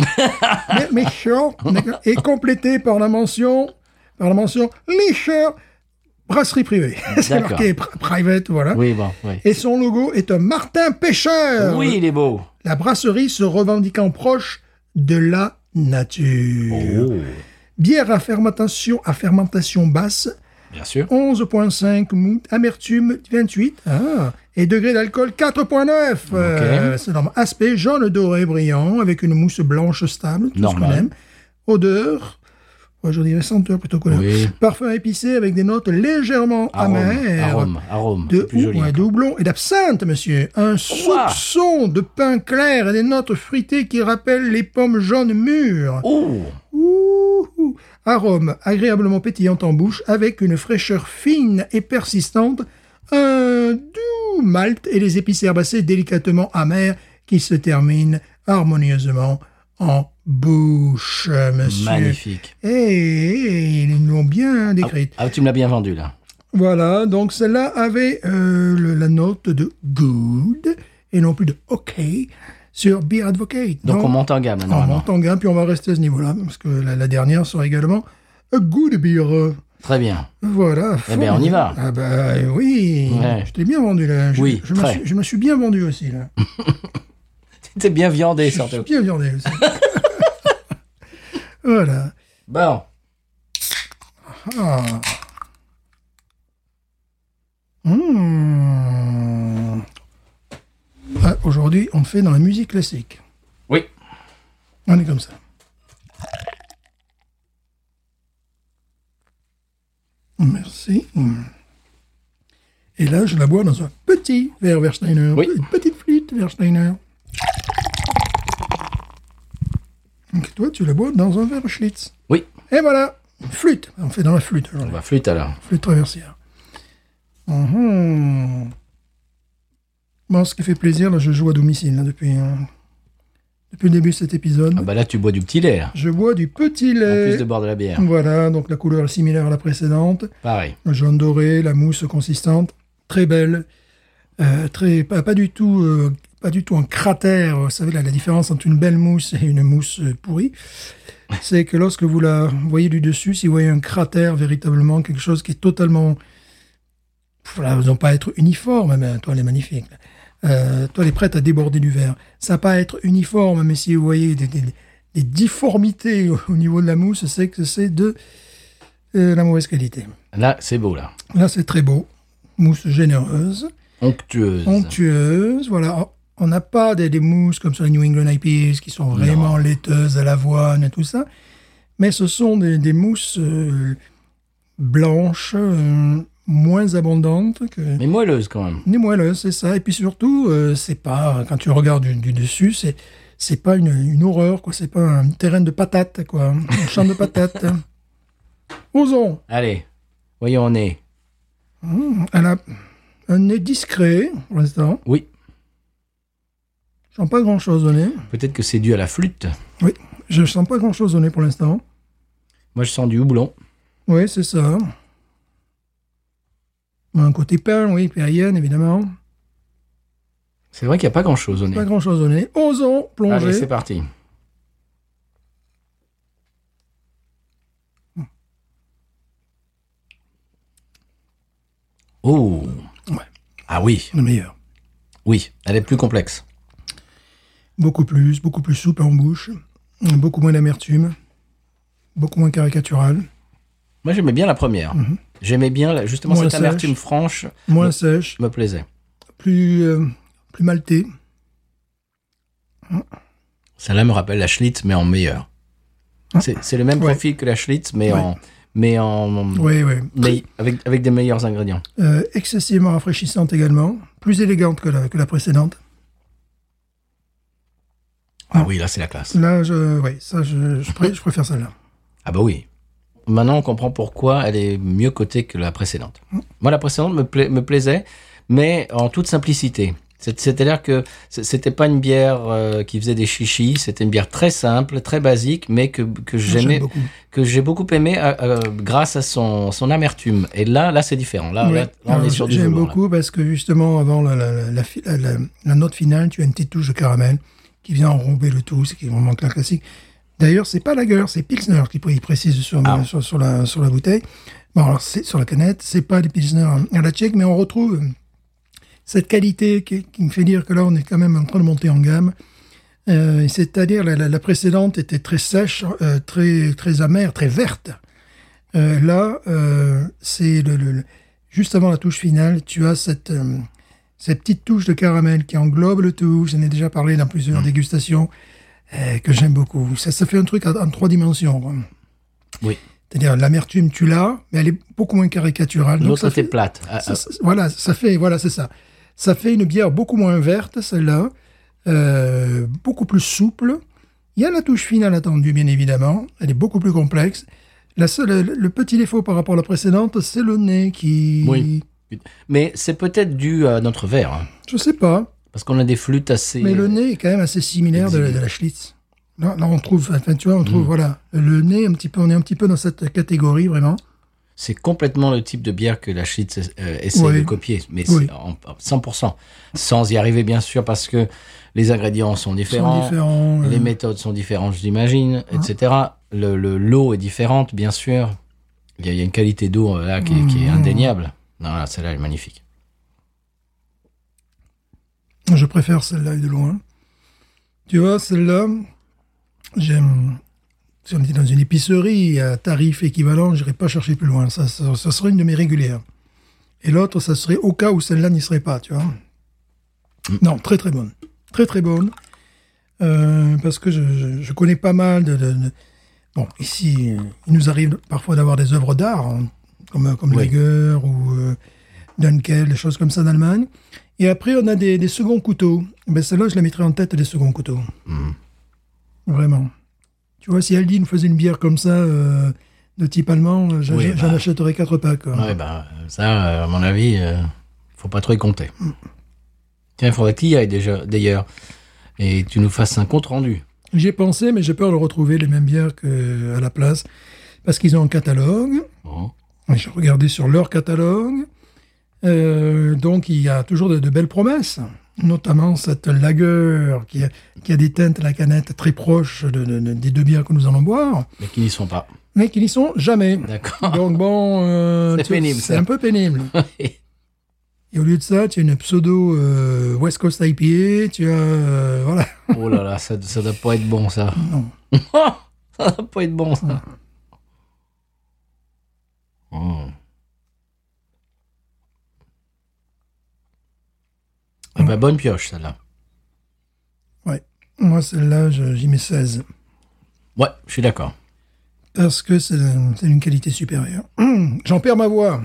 est complété par la mention Licher, brasserie privée. C'est marqué private, voilà.
Oui, bon, oui.
Et son logo est un martin pêcheur.
Oui, il est beau.
La brasserie se revendiquant proche de la nature. Bière à fermentation basse.
Bien sûr.
11,5 mou, amertume 28. Et degré d'alcool 4,9. C'est normal. Aspect jaune doré brillant avec une mousse blanche stable. Tout ce qu'on aime. Odeur. Je dirais senteur plutôt que parfum épicé avec des notes légèrement amères.
Arôme.
De houblon et d'absinthe, monsieur. Un soupçon de pain clair et des notes fruitées qui rappellent les pommes jaunes mûres. Arôme agréablement pétillant en bouche avec une fraîcheur fine et persistante. Un doux malt et les épices herbacées délicatement amères qui se terminent harmonieusement en bouche, monsieur.
Magnifique.
Et ils l'ont bien décrite.
Tu me l'as bien vendu, là.
Voilà, donc celle-là avait la note de good et non plus de OK sur Beer Advocate.
Donc on monte en gamme, là,
normalement. On monte en gamme, puis on va rester à ce niveau-là, parce que la dernière sera également a good beer.
Très bien.
Voilà.
Eh bien, on y va.
Ah oui. Ouais. Je t'ai bien vendu, là. Je me suis bien vendu aussi, là.
T'es bien viandé, surtout.
Je suis bien viandé aussi. Voilà.
Bon.
Aujourd'hui, on fait dans la musique classique.
Oui.
On est comme ça. Merci. Et là, je la bois dans un petit verre Wersteiner.
Oui.
Une petite flûte Wersteiner. Donc toi, tu la bois dans un verre Schlitz.
Oui.
Et voilà. Flûte. On fait dans la flûte.
On va flûte alors.
Flûte traversière. Bon, ce qui fait plaisir, là, je joue à domicile là, depuis le début de cet épisode.
Ah bah là, tu bois du petit lait. Là.
Je bois du petit lait.
En plus de boire de la bière.
Voilà, donc la couleur est similaire à la précédente.
Pareil.
Le jaune doré, la mousse consistante, très belle. Pas du tout en cratère. Vous savez, la différence entre une belle mousse et une mousse pourrie, c'est que lorsque vous la voyez du dessus, si vous voyez un cratère, véritablement, quelque chose qui est totalement... Voilà, vous n'ont pas à être uniforme, mais toi, elle est magnifique. Toi, elle est prête à déborder du verre. Ça n'a pas à être uniforme, mais si vous voyez des difformités au niveau de la mousse, c'est que c'est de la mauvaise qualité.
Là, c'est beau, là.
Là, c'est très beau. Mousse généreuse. Onctueuse, voilà. On n'a pas des mousses comme sur les New England IPAs qui sont vraiment laiteuses à l'avoine et tout ça. Mais ce sont des mousses blanches, moins abondantes que...
Mais moelleuses quand même.
Des moelleuses, c'est ça. Et puis surtout, c'est pas, quand tu regardes du dessus, c'est pas une horreur, quoi. C'est pas un terrain de patates, quoi. Un champ de patates. Osons.
Allez, voyons, on est.
Elle a un nez discret, pour l'instant.
Oui.
Je sens pas grand-chose au nez.
Peut-être que c'est dû à la flûte.
Oui, je sens pas grand-chose au nez pour l'instant.
Moi, je sens du houblon.
Oui, c'est ça. Un côté pain, oui, Périenne, évidemment.
C'est vrai qu'il n'y a pas grand-chose au nez.
Pas grand-chose au nez. Osons plonger.
Allez, c'est parti. Oh.
Ouais.
Ah oui.
Le meilleur.
Oui, elle est plus complexe.
Beaucoup plus souple en bouche. Beaucoup moins d'amertume. Beaucoup moins caricatural.
Moi, j'aimais bien la première. J'aimais bien, justement,
Moins
cette
sèche.
amertume franche.
Moins sèche.
Me plaisait.
Plus maltais.
Celle-là me rappelle la Schlitz, mais en meilleur. C'est le même profil que la Schlitz, mais
Oui.
mais avec des meilleurs ingrédients.
Excessivement rafraîchissante également. Plus élégante que la précédente.
Ah oui, là, c'est la classe.
Là, je préfère celle-là.
Ah bah oui. Maintenant, on comprend pourquoi elle est mieux cotée que la précédente. Moi, la précédente me plaisait, mais en toute simplicité. C'est-à-dire que c'était pas une bière qui faisait des chichis, c'était une bière très simple, très basique, mais que j'aimais, que j'ai beaucoup aimé grâce à son amertume. Et là c'est différent. Là, on est sur du
J'aime
velours,
beaucoup
là.
parce que justement, avant la note finale, tu as une petite touche de caramel qui vient enrober le tout, c'est vraiment un classique. D'ailleurs, c'est pas Lager, c'est Pilsner qui précise sur la bouteille. Bon, alors c'est sur la canette, c'est pas des Pilsner à la tchèque, mais on retrouve cette qualité qui me fait dire que là, on est quand même en train de monter en gamme. C'est-à-dire, la précédente était très sèche, très amère, très verte. Là, c'est juste avant la touche finale, tu as cette petite touche de caramel qui englobe le tout. J'en ai déjà parlé dans plusieurs dégustations, que j'aime beaucoup. Ça fait un truc en 3 dimensions. Quoi.
Oui.
C'est-à-dire, l'amertume, tu l'as, mais elle est beaucoup moins caricaturale.
L'autre était plate.
C'est ça. Ça fait une bière beaucoup moins verte, celle-là, beaucoup plus souple. Il y a la touche finale attendue, bien évidemment. Elle est beaucoup plus complexe. Le petit défaut par rapport à la précédente, c'est le nez qui...
Oui. Mais c'est peut-être dû à notre verre. Hein.
Je sais pas.
Parce qu'on a des flûtes assez...
Mais le nez est quand même assez similaire de la Schlitz. Là, on trouve, voilà, le nez, on est un petit peu dans cette catégorie, vraiment.
C'est complètement le type de bière que la Schlitz essaie de copier, mais c'est en 100%. Sans y arriver, bien sûr, parce que les ingrédients sont différents, les méthodes sont différentes, j'imagine, etc. L'eau est différente, bien sûr. Il y a une qualité d'eau là qui est indéniable. Non, là, celle-là est magnifique.
Je préfère celle-là de loin. Tu vois, celle-là, j'aime... Si on était dans une épicerie à tarif équivalent, je n'irais pas chercher plus loin. Ça serait une de mes régulières. Et l'autre, ça serait au cas où celle-là n'y serait pas, tu vois. Non, très très bonne. Très très bonne. Parce que je connais pas mal de... Bon, ici, il nous arrive parfois d'avoir des œuvres d'art, hein, comme Lager ou Dunkel, des choses comme ça d'Allemagne. Et après, on a des seconds couteaux. Ben, celle-là, je la mettrais en tête des seconds couteaux. Vraiment. Tu vois, si Aldi nous faisait une bière comme ça, de type allemand, j'en achèterais 4 packs. Quoi.
Ouais, ça, à mon avis, faut pas trop y compter. Tiens, il faudrait que tu y ailles d'ailleurs, et tu nous fasses un compte rendu.
J'y ai pensé, mais j'ai peur de retrouver les mêmes bières qu'à la place, parce qu'ils ont un catalogue.
Bon.
J'ai regardé sur leur catalogue. Donc, il y a toujours de belles promesses. Notamment cette Lager qui a des teintes à la canette très proches des 2 bières que nous allons boire.
Mais qui n'y sont pas.
Mais qui n'y sont jamais.
D'accord.
Donc bon...
c'est pénible.
C'est un peu pénible. Et au lieu de ça, tu as une pseudo West Coast IPA, tu as... voilà.
Oh là là, ça doit pas être bon, ça.
Non.
Ça doit pas être bon, ça. Ah bah, bonne pioche, celle-là.
Ouais. Moi, celle-là, j'y mets 16.
Ouais, je suis d'accord.
Parce que c'est une qualité supérieure. J'en perds ma voix.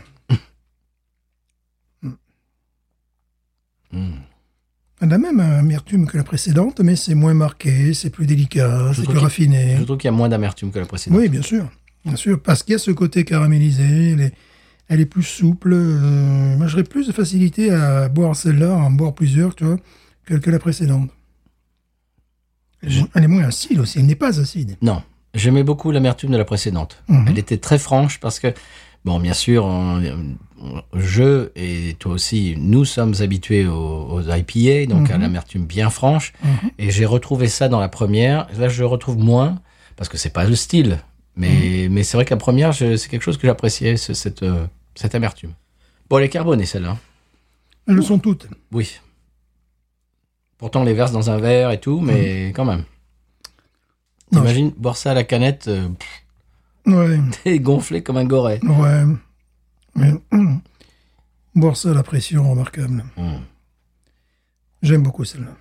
Elle a même un amertume que la précédente, mais c'est moins marqué, c'est plus délicat, c'est plus raffiné.
Je trouve qu'il y a moins d'amertume que la précédente.
Oui, bien sûr. Bien sûr, parce qu'il y a ce côté caramélisé, Elle est plus souple. Moi, j'aurais plus de facilité à boire celle-là, à en boire plusieurs, tu vois, que la précédente. Elle est moins acide aussi. Elle n'est pas acide.
Non. J'aimais beaucoup l'amertume de la précédente. Elle était très franche parce que, bon, bien sûr, je et toi aussi, nous sommes habitués aux IPA, donc à l'amertume bien franche. Et j'ai retrouvé ça dans la première. Là, je le retrouve moins parce que c'est pas le style. Mais c'est vrai que la première, c'est quelque chose que j'appréciais, cette amertume. Bon, elle est carbonée, celle-là.
Elles le sont toutes.
Oui. Pourtant, on les verse dans un verre et tout, mais quand même. T'imagines boire ça à la canette,
ouais.
T'es gonflé comme un goret.
Ouais. Mais, boire ça à la pression, remarquable. J'aime beaucoup celle-là.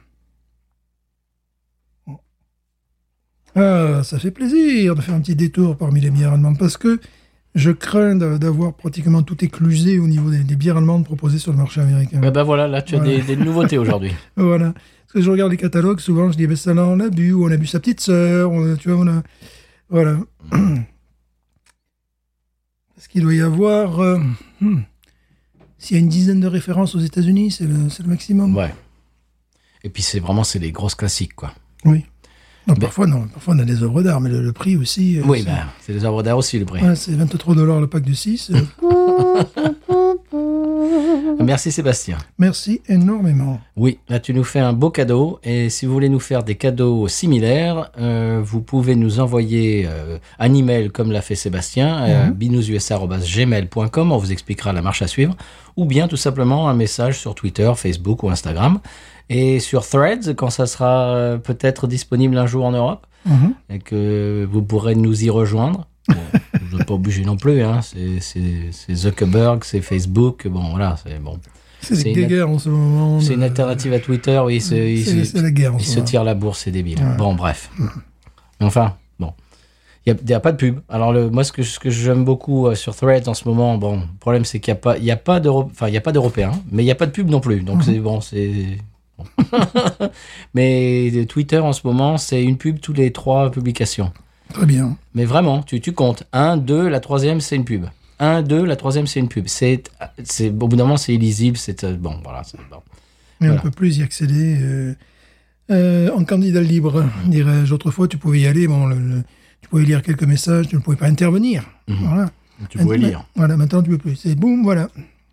Ah, ça fait plaisir de faire un petit détour parmi les bières allemandes parce que je crains d'avoir pratiquement tout éclusé au niveau des bières allemandes proposées sur le marché américain.
Ben voilà, là tu as des nouveautés aujourd'hui.
Voilà. Parce que je regarde les catalogues, souvent je dis, ben ça là on l'a bu, ou on a bu sa petite sœur, tu vois, on a... Voilà. Parce qu'il doit y avoir... S'il y a une dizaine de références aux États-Unis, c'est le maximum.
Ouais. Et puis c'est les grosses classiques, quoi.
Oui. Non, parfois on a des œuvres d'art, mais le prix aussi...
oui, c'est des œuvres d'art aussi, le prix.
Ouais, c'est $23 le pack de 6.
Merci Sébastien.
Merci énormément.
Oui, là tu nous fais un beau cadeau et si vous voulez nous faire des cadeaux similaires, vous pouvez nous envoyer un email comme l'a fait Sébastien, binoususa@gmail.com, on vous expliquera la marche à suivre, ou bien tout simplement un message sur Twitter, Facebook ou Instagram, et sur Threads quand ça sera peut-être disponible un jour en Europe, et que vous pourrez nous y rejoindre. Bon, vous n'êtes pas obligé non plus, hein. C'est Zuckerberg, c'est Facebook, bon voilà, c'est bon.
C'est une guerre en ce moment.
C'est une alternative à Twitter, oui. C'est
la guerre en ce moment.
Ils se tirent la bourse, c'est débile. Ouais. Bon, bref. Mais enfin, bon. Il n'y a pas de pub. Alors, moi, ce que j'aime beaucoup sur Threads en ce moment, bon, le problème, c'est qu'il n'y a pas d'Européens, mais il n'y a pas de pub non plus. Donc, c'est bon. Mais Twitter, en ce moment, c'est une pub tous les 3 publications.
Très bien.
Mais vraiment, tu comptes. 1, 2, la 3e, c'est une pub. 1, 2, la 3e, c'est une pub. Au bout d'un moment, c'est illisible. Bon, voilà. Bon.
Mais on ne peut plus y accéder en candidat libre, dirais-je. Autrefois, tu pouvais y aller, tu pouvais lire quelques messages, tu ne pouvais pas intervenir. Voilà.
Tu pouvais lire.
Voilà, maintenant, tu ne peux plus. C'est boum, voilà.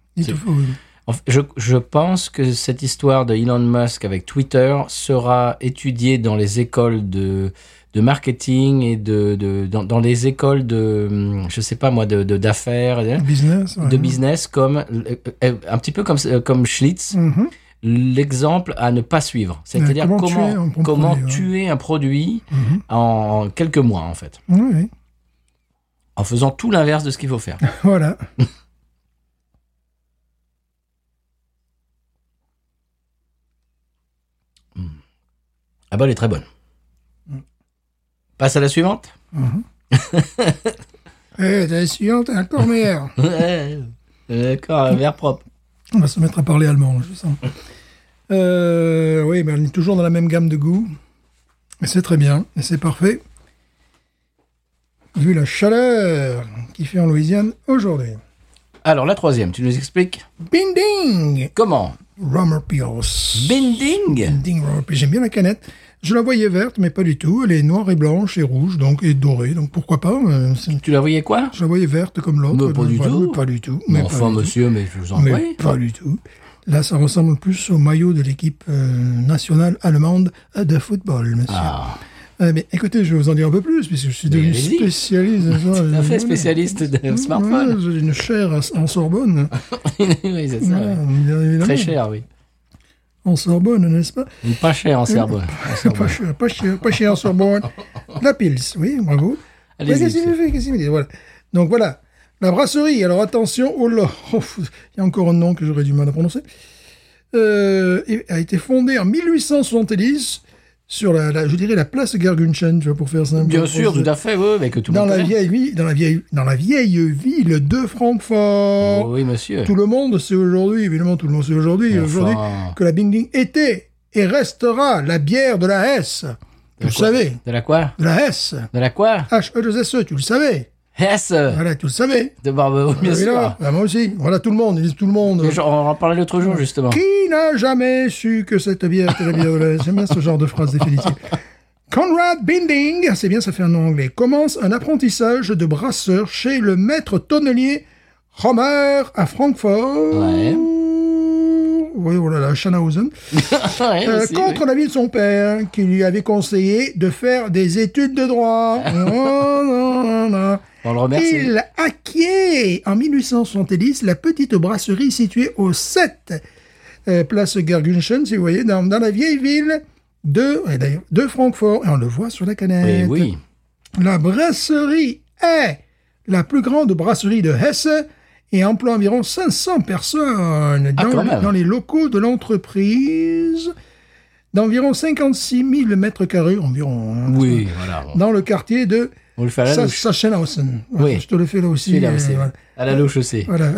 Je pense que cette histoire de Elon Musk avec Twitter sera étudiée dans les écoles de marketing et dans les écoles de, je sais pas moi, d'affaires, de business, comme un petit peu comme Schlitz, l'exemple à ne pas suivre. C'est-à-dire comment tuer un produit en quelques mois, en fait.
Oui.
En faisant tout l'inverse de ce qu'il faut faire.
Voilà.
Ah bah, elle est très bonne. Passe à la suivante.
La suivante est encore meilleure.
D'accord, un verre propre.
On va se mettre à parler allemand, je sens. Oui, mais on est toujours dans la même gamme de goût. Et c'est très bien, et c'est parfait. Vu la chaleur qu'il fait en Louisiane aujourd'hui.
Alors, la 3e, tu nous expliques?
Binding.
Comment?
Rummer Pills.
Binding?
Binding Rummer Pills. J'aime bien la canette. Je la voyais verte, mais pas du tout. Elle est noire et blanche et rouge, donc, et dorée, donc pourquoi pas.
Tu la voyais quoi?
Je la voyais verte comme l'autre.
Mais pas du tout.
Pas du tout.
Mais enfin, monsieur, mais je vous en prie.
Pas du tout. Là, ça ressemble plus au maillot de l'équipe nationale allemande de football, monsieur.
Ah.
Mais écoutez, je vais vous en dire un peu plus, puisque je suis devenu spécialiste.
Tout à fait, spécialiste de smartphone.
J'ai une chaire en Sorbonne.
Oui, c'est ça. Ouais. Très cher, oui.
En Sorbonne, n'est-ce pas?
Pas cher en Sorbonne.
Pas cher en Sorbonne. La Pils, oui, bravo.
Allez-y.
Qu'est-ce qu'il me dit? Voilà. Donc voilà, la brasserie. Alors attention, oh là, il y a encore un nom que j'aurais du mal à prononcer. A été fondée en 1870 sur je dirais la place Gergunchen, tu vois, pour faire simple.
Bien sûr, tout à fait, oui, mais que tout le monde connaît.
Dans la vieille ville de Francfort.
Oh, oui, monsieur.
Tout le monde sait aujourd'hui, évidemment, tout le monde sait aujourd'hui, que la Binding était et restera la bière de la Hesse. Tu le savais.
De la quoi?
De la Hesse.
De la quoi?
H-E-2-S-E, tu le savais.
Hesse.
Voilà, tu le savais.
Bien sûr.
Là, moi aussi. Voilà, tout le monde. Ils disent tout le monde.
On en parlait l'autre jour, justement.
Qui n'a jamais su que cette bière était la bière de l'Est? J'aime bien ce genre de phrase définitive. Conrad Binding, c'est bien, ça fait un nom anglais, commence un apprentissage de brasseur chez le maître tonnelier Romer à Francfort.
Ouais.
Oui, voilà, Schanhausen. Contre l'avis de son père, qui lui avait conseillé de faire des études de droit.
On le remercie.
Il acquiert en 1870 la petite brasserie située au 7 place Gergunschen, si vous voyez, dans la vieille ville de Francfort. Et on le voit sur la canette.
Oui.
La brasserie est la plus grande brasserie de Hesse et emploie environ 500 personnes dans les locaux de l'entreprise d'environ 56 000 mètres carrés environ.
Oui, voilà.
Dans le quartier de Sachsenhausen.
Oui.
Je te le fais là aussi.
Voilà. À la louche aussi.
Voilà.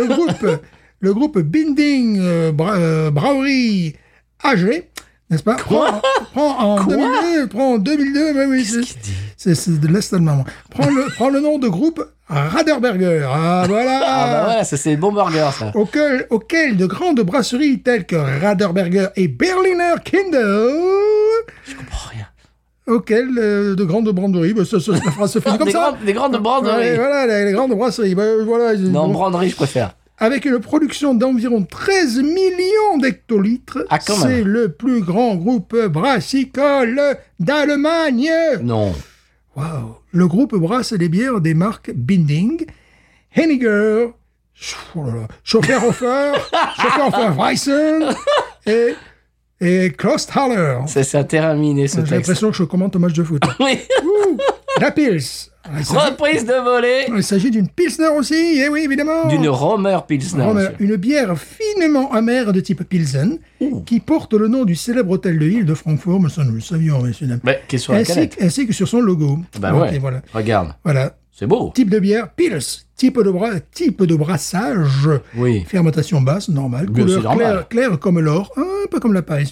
le groupe Binding Brauerie AG, n'est-ce pas, prend en 2002, oui, c'est de l'Est allemand. Prend le nom de groupe Raderberger. Ah, voilà.
Voilà, ça c'est le bon burger, ça.
Auquel de grandes brasseries telles que Raderberger et Berliner Kindle.
Je comprends rien.
Auquel de grandes branderies, la phrase se fait comme ça.
Des grandes branderies.
Voilà, les grandes brasseries. Voilà,
non, branderie, je préfère.
Avec une production d'environ 13 millions d'hectolitres, c'est le plus grand groupe brassicole d'Allemagne.
Non.
Waouh. Le groupe brasse des bières des marques Binding, Henniger, Schofferhofer, Weissen et Klosthaller.
C'est un terrain miné, ce texte.
J'ai l'impression que je commente un match de foot.
Oui.
La Pils.
Reprise de volée.
Il s'agit d'une Pilsner aussi, oui, évidemment.
D'une Romer Pilsner.
Une bière finement amère de type Pilsen, qui porte le nom du célèbre hôtel de ville de Francfort, mais ça nous le savions, messieurs dames.
Qui est sur la canette.
Ainsi que sur son logo.
Ouais, voilà. Regarde.
Voilà.
C'est beau.
Type de bière, Pils. Type de brassage.
Oui.
Fermentation basse, normale. Couleur claire comme l'or, un peu comme la paille.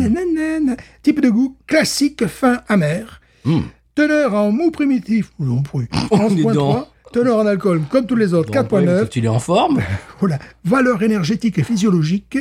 Type de goût, classique, fin, amer. Teneur en mou primitif, 11.3. Teneur en alcool, comme tous les autres, 4.9.
Tu es en forme.
Voilà. Valeur énergétique et physiologique,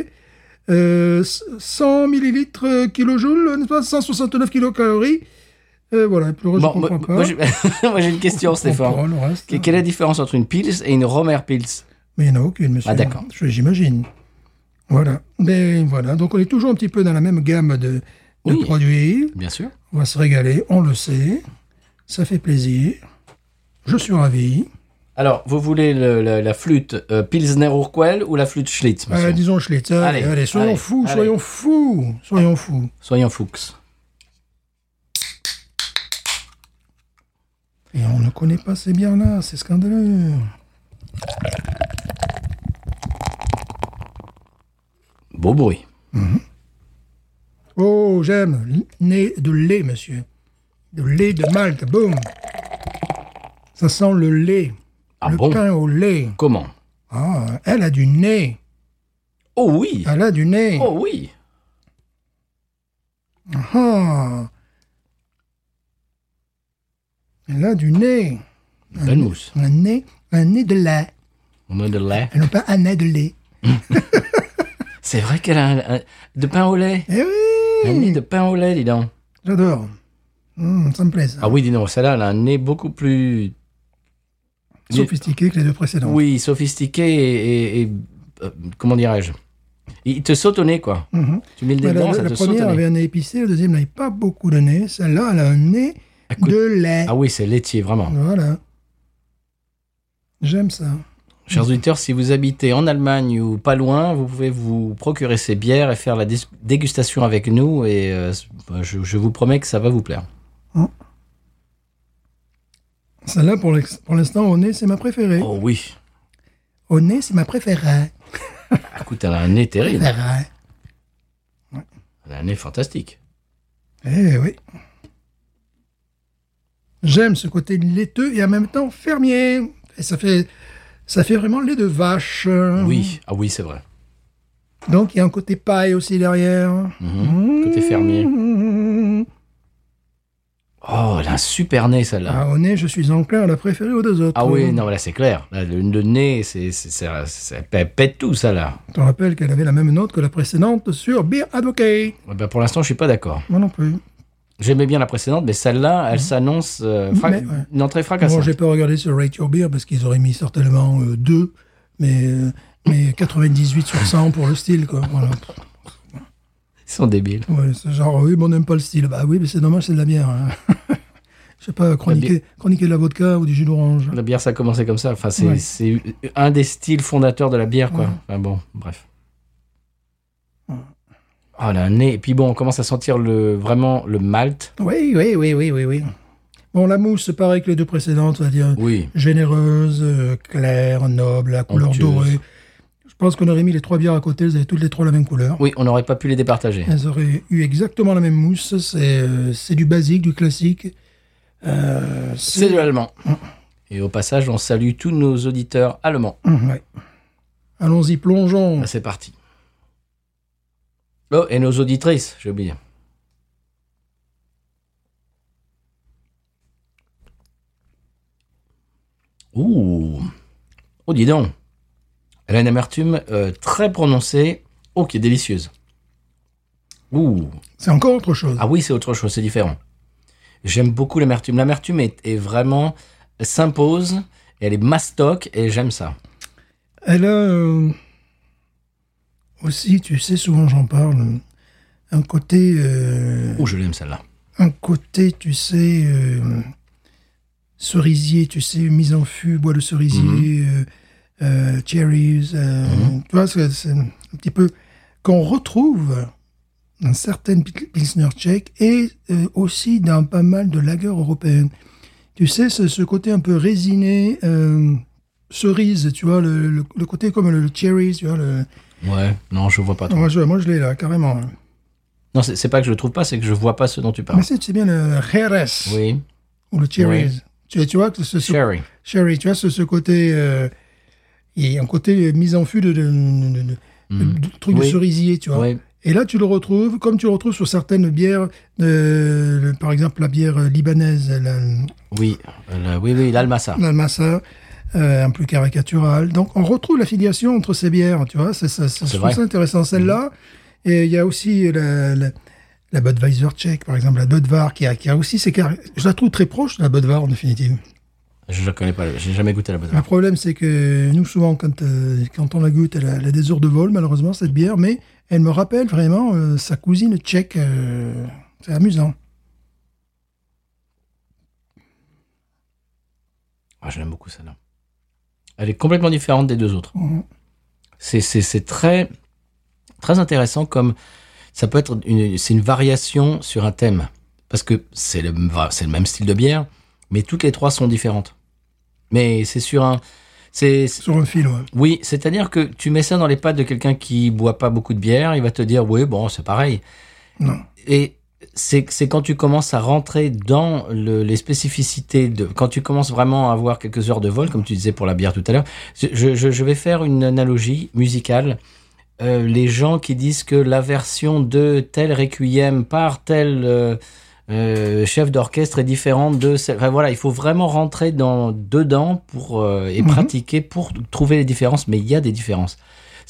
100 millilitres kilojoules, 169 kilocalories. Voilà, plus je comprends pas.
Moi, j'ai une question, Stéphane. Quelle est la différence entre une Pils et une Romer Pils?
Mais il n'y en a aucune, monsieur.
Ah, d'accord.
J'imagine. Voilà. Mais voilà, donc on est toujours un petit peu dans la même gamme de produits.
Bien sûr.
On va se régaler, on le sait. Ça fait plaisir. Je suis ravi.
Alors, vous voulez la flûte Pilsner Urquell ou la flûte Schlitz, monsieur?
Disons Schlitz. Allez, soyons fous. Soyons
fous.
Et on ne connaît pas ces bières-là, c'est scandaleux.
Beau bruit.
Oh, j'aime. Nez de lait, monsieur. De lait de Malte, boum. Ça sent le lait. Pain au lait.
Comment?
Ah, elle a du nez.
Oh oui.
Elle a du nez.
Oh oui.
Ah. Elle a du nez.
Belle mousse.
Un nez de lait.
Un nez de lait.
Elle n'a pas un nez de lait.
C'est vrai qu'elle a de pain au lait.
Eh oui.
Un nez de pain au lait, dis donc.
J'adore. Ça me plaît, ça.
Ah oui, dis donc, celle-là, elle a un nez beaucoup plus...
sophistiqué que les deux précédentes.
Oui, sophistiqué et comment dirais-je? Il te saute au nez, quoi. Tu mets le nez dedans, ça te saute au nez.
La première avait un nez épicé, la deuxième n'avait pas beaucoup de nez. Celle-là, elle a un nez de lait.
Ah oui, c'est laitier, vraiment.
Voilà. J'aime ça.
Chers auditeurs, si vous habitez en Allemagne ou pas loin, vous pouvez vous procurer ces bières et faire la dégustation avec nous. Et je vous promets que ça va vous plaire.
Celle-là, pour l'instant, au nez, c'est ma préférée.
Oh oui.
Au nez, c'est ma préférée.
Écoute, elle a un nez terrible.
Ouais.
Elle a un nez fantastique.
Eh oui. J'aime ce côté laiteux et en même temps fermier. Et ça fait vraiment lait de vache.
Oui, ah oui, c'est vrai.
Donc, il y a un côté paille aussi derrière.
Côté fermier. Oh, elle a un super nez, celle-là.
Ah, au nez, je suis enclin à la préférer aux deux autres.
Ah oui, non, là, c'est clair. Là, le nez, elle pète tout, ça, là.
Je te rappelle qu'elle avait la même note que la précédente sur Beer Advocate.
Ben, pour l'instant, je suis pas d'accord.
Moi non plus.
J'aimais bien la précédente, mais celle-là, elle s'annonce une entrée fracassante.
Bon, j'ai pas regardé sur Rate Your Beer parce qu'ils auraient mis certainement 2, mais 98 sur 100 pour le style, quoi. Voilà.
Ils sont débiles.
Ouais, c'est genre, oui, mais on n'aime pas le style. Bah oui, mais c'est dommage, c'est de la bière. Hein. Je sais pas, chroniquer de la vodka ou du jus d'orange.
La bière, ça a commencé comme ça. Enfin, c'est un des styles fondateurs de la bière, quoi. Ouais. Enfin, bon, bref. Oh, elle a un nez. Et puis bon, on commence à sentir vraiment le malt.
Oui. Bon, la mousse, pareil que les deux précédentes, c'est-à-dire généreuse, claire, noble, à couleur dorée. Je pense qu'on aurait mis les 3 bières à côté, elles avaient toutes les 3 la même couleur.
Oui, on n'aurait pas pu les départager.
Elles auraient eu exactement la même mousse. C'est du basique, du classique.
C'est de l'allemand. Et au passage, on salue tous nos auditeurs allemands.
Ouais. Allons-y, plongeons.
C'est parti. Oh, et nos auditrices, j'ai oublié. Ouh. Oh, dis donc. Elle a une amertume très prononcée. Oh, qui est délicieuse. Ouh.
C'est encore autre chose.
Ah oui, c'est autre chose, c'est différent. J'aime beaucoup l'amertume. L'amertume est vraiment... Elle s'impose, elle est mastoc, et j'aime ça.
Elle a aussi, tu sais, souvent j'en parle, un côté...
je l'aime celle-là.
Un côté, tu sais, cerisier, tu sais, mise en fût, bois de cerisier... cherries, tu vois, c'est un petit peu qu'on retrouve dans certaines Pilsner tchèques et aussi dans pas mal de lagers européennes. Tu sais, ce côté un peu résiné, cerise, tu vois, le côté comme le cherries, tu vois.
Ouais, non, je vois pas trop.
Moi, je l'ai là, carrément.
Non, c'est pas que je le trouve pas, c'est que je vois pas ce dont tu parles.
Mais c'est bien le Jerez.
Oui.
Ou le cherries. Oui. Tu vois,
Sherry.
Sherry, tu vois, ce côté... Il y a un côté mise en fût de trucs de cerisier, tu vois. Oui. Et là, tu le retrouves, comme tu le retrouves sur certaines bières, par exemple la bière libanaise.
Oui, l'Almassa.
L'Almassa, un peu caricatural. Donc, on retrouve l'affiliation entre ces bières, tu vois. Je trouve ça intéressant. Celle-là, et il y a aussi la Budweiser tchèque, par exemple, la Budvar, qui a aussi ces caractéristiques. Je la trouve très proche de la Budvar, en définitive.
Je ne la connais pas, j'ai jamais goûté la Budweiser.
Le problème, c'est que nous, souvent, quand on la goûte, elle a des heures de vol, malheureusement, cette bière, mais elle me rappelle vraiment sa cousine tchèque. C'est amusant.
Ah, je l'aime beaucoup, celle-là. Elle est complètement différente des deux autres. C'est très, très intéressant, comme ça peut être c'est une variation sur un thème. Parce que c'est le même style de bière, mais toutes les 3 sont différentes. Mais c'est sur un
fil, ouais.
Oui, c'est-à-dire que tu mets ça dans les pattes de quelqu'un qui boit pas beaucoup de bière, il va te dire oui, bon, c'est pareil.
Non.
Et c'est quand tu commences à rentrer dans les spécificités quand tu commences vraiment à avoir quelques heures de vol, comme tu disais pour la bière tout à l'heure. Je vais faire une analogie musicale. Les gens qui disent que la version de tel requiem par tel chef d'orchestre est différente de celle. Enfin, voilà, il faut vraiment rentrer dedans et pratiquer pour trouver les différences, mais il y a des différences.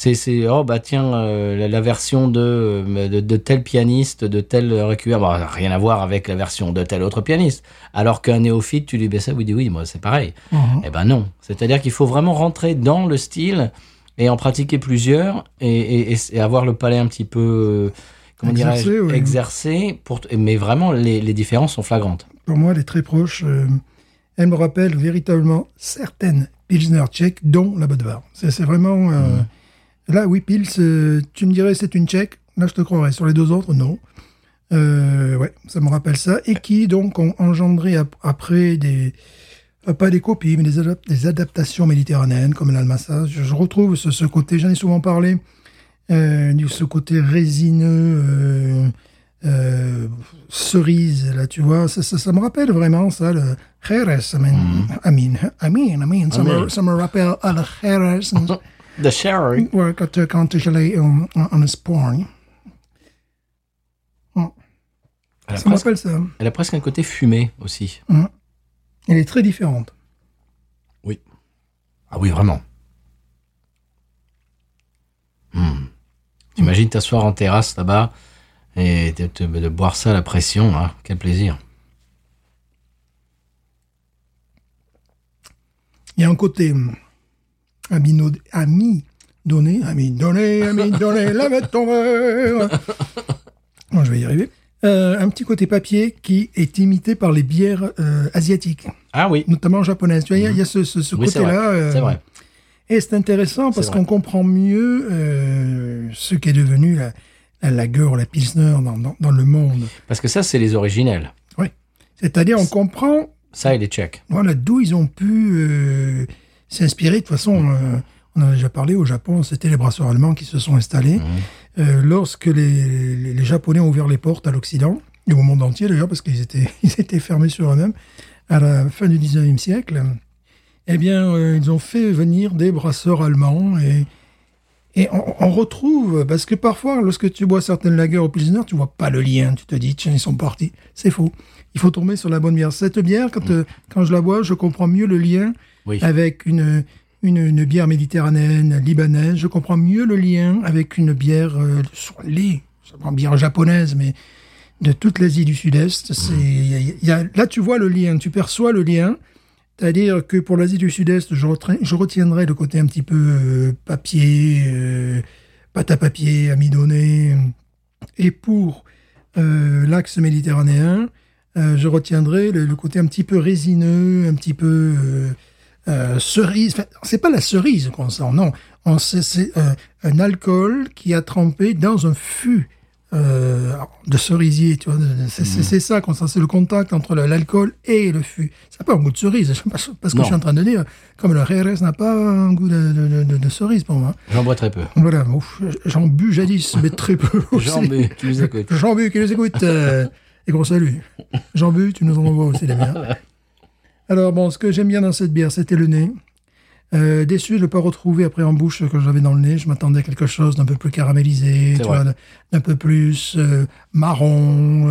La version de tel pianiste, de tel requiem, rien à voir avec la version de tel autre pianiste. Alors qu'un néophyte, tu lui baisses ça, il dit oui, moi c'est pareil. Eh ben non. C'est-à-dire qu'il faut vraiment rentrer dans le style et en pratiquer plusieurs et avoir le palais un petit peu... exercé, mais vraiment les différences sont flagrantes.
Pour moi, elle est très proche. Elle me rappelle véritablement certaines Pilsner tchèques, dont la Budvar. C'est vraiment... Là, oui, Pils, tu me dirais c'est une tchèque. Là, je te croirais. Sur les deux autres, non. Ouais, ça me rappelle ça. Et qui, donc, ont engendré après pas des copies, mais des adaptations méditerranéennes, comme l'Almassa. Je retrouve ce côté, j'en ai souvent parlé, ce côté résineux, cerise, là, tu vois, ça me rappelle vraiment ça, le Jerez, ça me rappelle à le Jerez.
The sherry.
Ouais, quand j'allais en Espagne. Ça me rappelle ça.
Elle a presque un côté fumé aussi.
Elle est très différente.
Oui. Ah oui, vraiment. T'imagines t'asseoir en terrasse là-bas et de boire ça à la pression, hein. Quel plaisir.
Il y a un côté ami donné, la mettre ton verre. Bon, je vais y arriver. Un petit côté papier qui est imité par les bières asiatiques.
Ah oui.
Notamment japonaises. Tu vois, il y a ce
oui,
côté-là.
C'est vrai.
Et c'est intéressant parce qu'on comprend mieux ce qu'est devenu la lager ou la pilsner dans le monde.
Parce que ça, c'est les originels.
Oui. C'est-à-dire, on comprend...
Ça et les Tchèques.
Voilà, d'où ils ont pu s'inspirer. De toute façon, on en a déjà parlé au Japon, c'était les brasseurs allemands qui se sont installés. Lorsque les Japonais ont ouvert les portes à l'Occident, et au monde entier d'ailleurs, parce qu'ils étaient fermés sur eux-mêmes, à la fin du 19e siècle, eh bien, ils ont fait venir des brasseurs allemands et on retrouve, parce que parfois, lorsque tu bois certaines lagers au Pilsner, tu vois pas le lien, tu te dis, tiens, ils sont partis. C'est faux. Il faut tomber sur la bonne bière. Cette bière, quand je la bois, je comprends mieux le lien avec une bière méditerranéenne, libanaise. Je comprends mieux le lien avec une bière bière japonaise, mais de toute l'Asie du Sud-Est. Là, tu vois le lien, tu perçois le lien. C'est-à-dire que pour l'Asie du Sud-Est, je retiendrai le côté un petit peu papier, pâte à papier, amidonné. Et pour l'axe méditerranéen, je retiendrai le côté un petit peu résineux, un petit peu cerise. Enfin, c'est pas la cerise qu'on sent, non. C'est un alcool qui a trempé dans un fût de cerisier, tu vois. C'est ça qu'on sent, c'est le contact entre l'alcool et le fût. Ça n'a pas un goût de cerise, parce que je suis en train de dire, comme le Jerez n'a pas un goût de cerise pour moi.
J'en bois très peu.
Voilà, j'en bu jadis, mais très peu.
J'en bu, tu nous écoutes.
J'en bu, qui nous écoute. Et gros salut. J'en bu, tu nous en envoies aussi les bières. Alors bon, ce que j'aime bien dans cette bière, c'était le nez. Déçu de ne pas retrouver après en bouche ce que j'avais dans le nez. Je m'attendais à quelque chose d'un peu plus caramélisé, tu vois, d'un peu plus marron,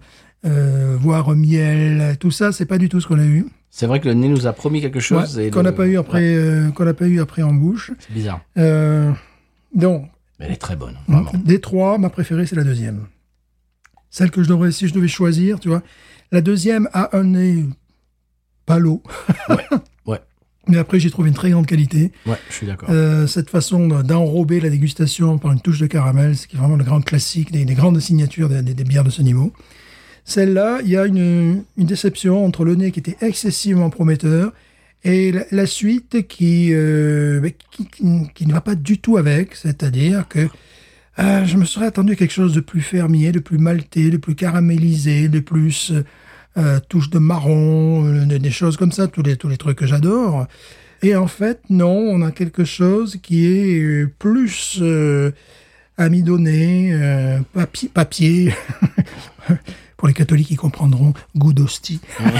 voire miel. Tout ça, c'est pas du tout ce qu'on a eu.
C'est vrai que le nez nous a promis quelque chose.
Ouais, qu'on n'a pas eu après en bouche.
C'est bizarre.
Donc.
Mais elle est très bonne, vraiment.
Des trois, ma préférée, c'est la deuxième. Celle que si je devais choisir, tu vois. La deuxième a un nez palo.
Ouais.
Mais après, j'y trouve une très grande qualité.
Ouais, je suis d'accord.
Cette façon d'enrober la dégustation par une touche de caramel, c'est vraiment le grand classique, des grandes signatures des bières de ce niveau. Celle-là, il y a une déception entre le nez qui était excessivement prometteur et la suite qui ne va pas du tout avec. C'est-à-dire que je me serais attendu à quelque chose de plus fermier, de plus maltais, de plus caramélisé, de plus... touche de marron, des choses comme ça, tous les trucs que j'adore. Et en fait, non, on a quelque chose qui est plus amidonné, papier. Pour les catholiques, ils comprendront, goût d'hostie.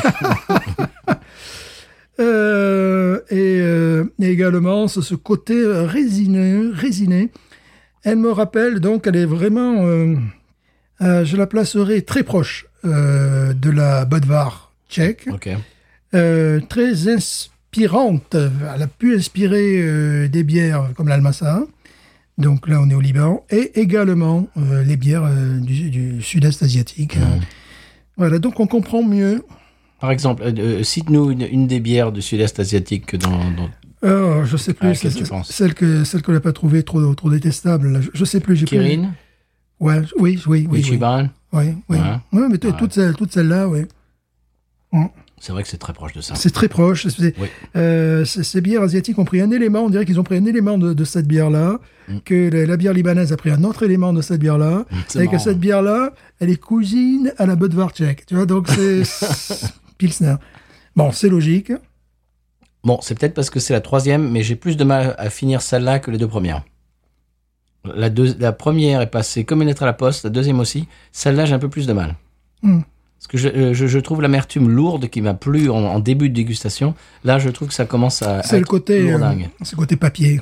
Et également, ce côté résiné. Elle me rappelle, donc, elle est vraiment... je la placerai très proche de la Budvar tchèque.
Okay.
Très inspirante. Elle a pu inspirer des bières comme l'Almasa. Donc là, on est au Liban. Et également les bières du sud-est asiatique. Voilà, donc on comprend mieux.
Par exemple, cite-nous une des bières du sud-est asiatique
Oh, je sais plus. Celle qu'on n'a pas trouvée trop détestable. Je sais plus.
Kirin.
Ouais, oui.
Ichiban.
Oui. Ouais, mais toutes celles-là, oui.
C'est vrai que c'est très proche de ça.
C'est très proche. Ces bières asiatiques ont pris un élément, on dirait qu'ils ont pris un élément de cette bière-là, que la bière libanaise a pris un autre élément de cette bière-là, et que cette bière-là, elle est cousine à la Budvar tchèque. Tu vois, donc c'est Pilsner. Bon, c'est logique.
Bon, c'est peut-être parce que c'est la troisième, mais j'ai plus de mal à finir celle-là que les deux premières. La première est passée comme une lettre à la poste, la deuxième aussi. Celle-là, j'ai un peu plus de mal. Parce que je trouve l'amertume lourde qui m'a plu en début de dégustation. Là, je trouve que ça commence à
c'est
être lourdingue.
C'est le côté papier.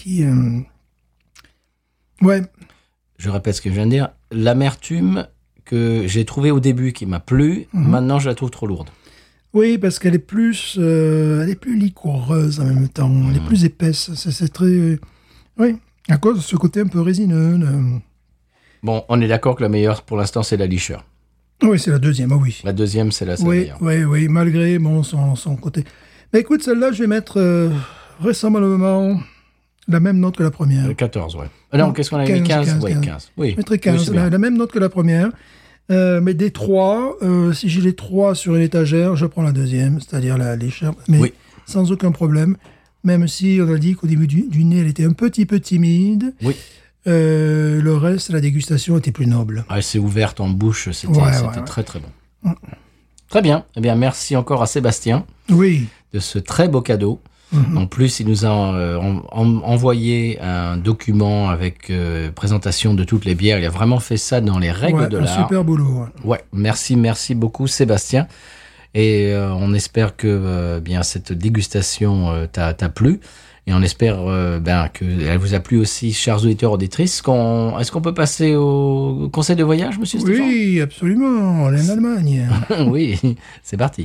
Ouais.
Je répète ce que je viens de dire. L'amertume que j'ai trouvé au début qui m'a plu. Maintenant, je la trouve trop lourde.
Oui, parce qu'elle est plus liquoreuse en même temps. Elle est plus épaisse. C'est très... oui, à cause de ce côté un peu résineux.
Bon, on est d'accord que la meilleure pour l'instant, c'est la licheur.
Oui, c'est la deuxième, oui.
La deuxième, c'est la meilleure.
Oui, malgré son côté. Mais écoute, celle-là, je vais mettre vraisemblablement la même note que la première.
14, ouais. Non, qu'est-ce qu'on a mis 15. Oui, 15. Oui.
Je mettrais 15, la même note que la première. Mais des trois, si j'ai les trois sur une étagère, je prends la deuxième, c'est-à-dire la légère, mais sans aucun problème. Même si on a dit qu'au début du nez, elle était un petit peu timide.
Oui.
Le reste, la dégustation était plus noble.
Elle s'est ouverte en bouche, c'était très très bon. Très bien. Eh bien, merci encore à Sébastien.
Oui.
De ce très beau cadeau. En plus, il nous a envoyé un document avec présentation de toutes les bières. Il a vraiment fait ça dans les règles de l'art.
Un super boulot.
Ouais, merci beaucoup Sébastien. Et on espère que bien cette dégustation t'a plu. Et on espère qu'elle vous a plu aussi, chers auditeurs auditrices. Est-ce qu'on peut passer au conseil de voyage, monsieur Stéphane ?
Oui, absolument. On est en Allemagne.
Oui, c'est parti.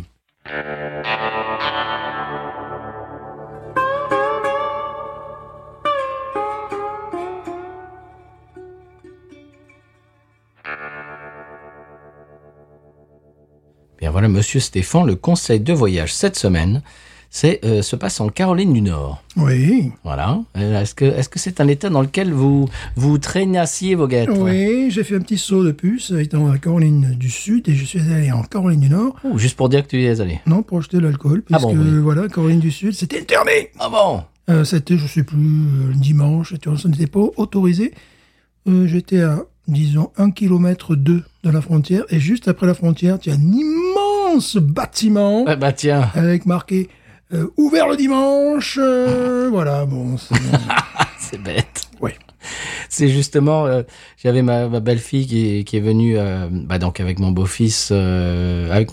Bien voilà, monsieur Stéphane, le conseil de voyage cette semaine, se passe en Caroline du Nord.
Oui.
Voilà. Est-ce que c'est un état dans lequel vous traînassiez vos guêtres ?
Oui, j'ai fait un petit saut de puce étant à Caroline du Sud et je suis allé en Caroline du Nord.
Oh, juste pour dire que tu y es allé.
Non, pour acheter de l'alcool, puisque voilà, Caroline du Sud, c'était interdit.
Ah bon ?
C'était, je sais plus, le dimanche, ça n'était pas autorisé. J'étais à, disons, 1,2 km de la frontière et juste après la frontière, tu as un immense bâtiment
tiens.
avec marqué ouvert le dimanche. Voilà, bon.
C'est bête.
Oui.
C'est justement, j'avais ma belle-fille qui est venue, donc avec mon beau-fils, j'avais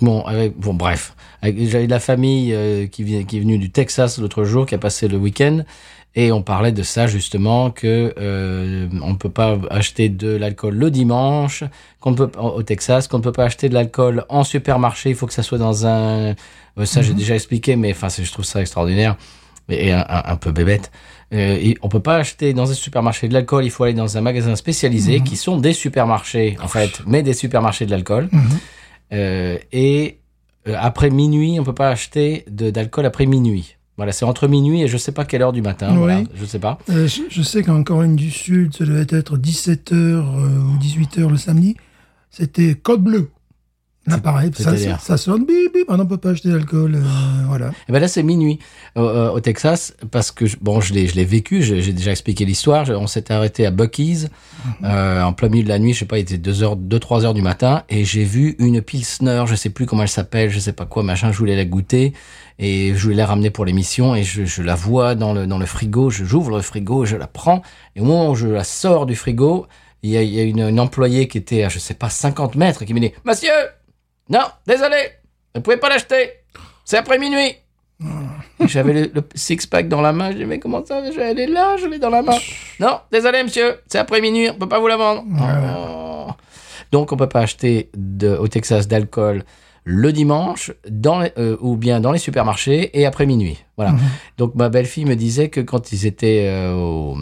de la famille qui est venue du Texas l'autre jour, qui a passé le week-end. Et on parlait de ça justement que on peut pas acheter de l'alcool le dimanche, au Texas, qu'on ne peut pas acheter de l'alcool en supermarché. Il faut que ça soit dans un. Ça j'ai déjà expliqué, mais enfin je trouve ça extraordinaire et un peu bébête. On peut pas acheter dans un supermarché de l'alcool. Il faut aller dans un magasin spécialisé qui sont des supermarchés en fait, mais des supermarchés de l'alcool. Et après minuit, on peut pas acheter d'alcool après minuit. Voilà, c'est entre minuit et je sais pas quelle heure du matin.
Oui.
Voilà, je sais pas.
Je sais qu'en Caroline du Sud, ça devait être 17h ou 18h le samedi. C'était code bleu. Là, pareil, ça sonne bip bip. On ne peut pas acheter d'alcool. Voilà.
Et ben là, c'est minuit au Texas parce que je l'ai vécu. J'ai déjà expliqué l'histoire. On s'était arrêté à Buc-ee's en plein milieu de la nuit. Je sais pas, il était 2-3 heures du matin et j'ai vu une Pilsner. Je sais plus comment elle s'appelle. Je sais pas quoi machin. Je voulais la goûter. Et je voulais la ramener pour l'émission et je la vois dans le frigo, j'ouvre le frigo, je la prends et au moment où je la sors du frigo, il y a une employée qui était à, je sais pas, 50 mètres qui me dit « Monsieur, non, désolé, vous pouvez pas l'acheter, c'est après minuit !» J'avais le six-pack dans la main, je dis « Mais comment ça, elle est là, je l'ai dans la main !»« Non, désolé monsieur, c'est après minuit, on peut pas vous la vendre. » Donc on peut pas acheter au Texas d'alcool le dimanche, ou bien dans les supermarchés, et après minuit. Voilà. Donc, ma belle-fille me disait que quand ils étaient au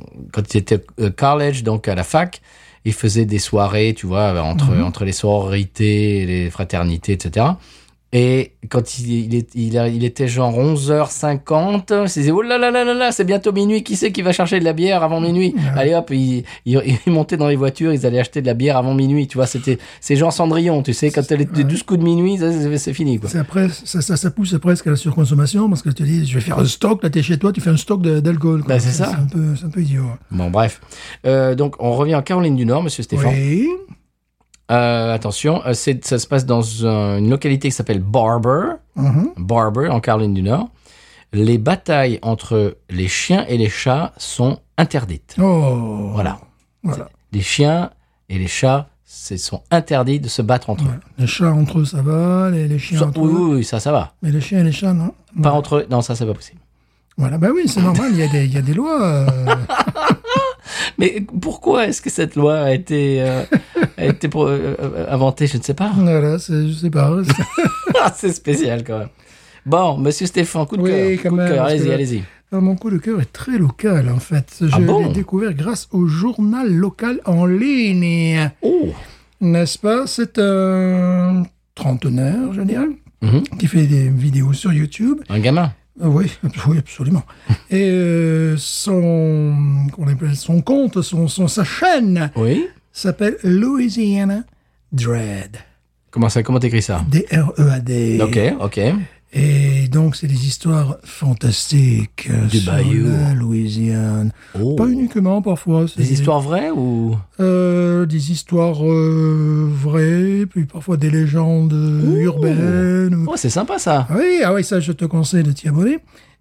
college, donc à la fac, ils faisaient des soirées, tu vois, entre les sororités, les fraternités, etc. Et quand il était genre 11h50, il se disait, oh là là là là là, c'est bientôt minuit, qui c'est qui va chercher de la bière avant minuit? Allez hop, ils montaient dans les voitures, ils allaient acheter de la bière avant minuit, tu vois, c'est genre Cendrillon, tu sais, quand t'as les 12 coups de minuit, c'est fini, quoi.
C'est après, ça pousse presque à la surconsommation, parce que tu dis, je vais faire un stock, là t'es chez toi, tu fais un stock d'alcool, quoi.
C'est ça.
C'est un peu idiot.
Bon, bref. Donc, on revient en Caroline du Nord, monsieur Stéphane.
Oui.
Attention, ça se passe dans une localité qui s'appelle Barber, Barber en Caroline du Nord. Les batailles entre les chiens et les chats sont interdites.
Oh.
Voilà. Les chiens et les chats, sont interdits de se battre entre eux.
Les chats entre eux, ça va. Les chiens entre eux.
Oui, ça va.
Mais les chiens et les chats, non.
Pas entre eux. Non, ça, c'est pas possible.
Voilà, bah oui, c'est normal. Il y a des lois.
Mais pourquoi est-ce que cette loi a été a été inventée, je ne sais pas.
Voilà, je sais pas.
C'est spécial quand même. Bon, monsieur Stéphane, coup de cœur. Coup de cœur, allez-y.
Mon coup de cœur est très local, en fait. Je l'ai découvert grâce au journal local en ligne.
Oh!
N'est-ce pas? C'est un trentenaire, je dirais, qui fait des vidéos sur YouTube.
Un gamin?
Oui, absolument. Et son compte, sa chaîne s'appelle Louisiana Dread.
Comment t'écris ça?
D-R-E-A-D.
Ok.
Et donc, c'est des histoires fantastiques
du Bayou,
la Louisiane. Pas uniquement, parfois.
Des histoires vraies ou
des histoires vraies, puis parfois des légendes urbaines.
Oh, c'est sympa ça.
Oui, ça, je te conseille de t'y abonner.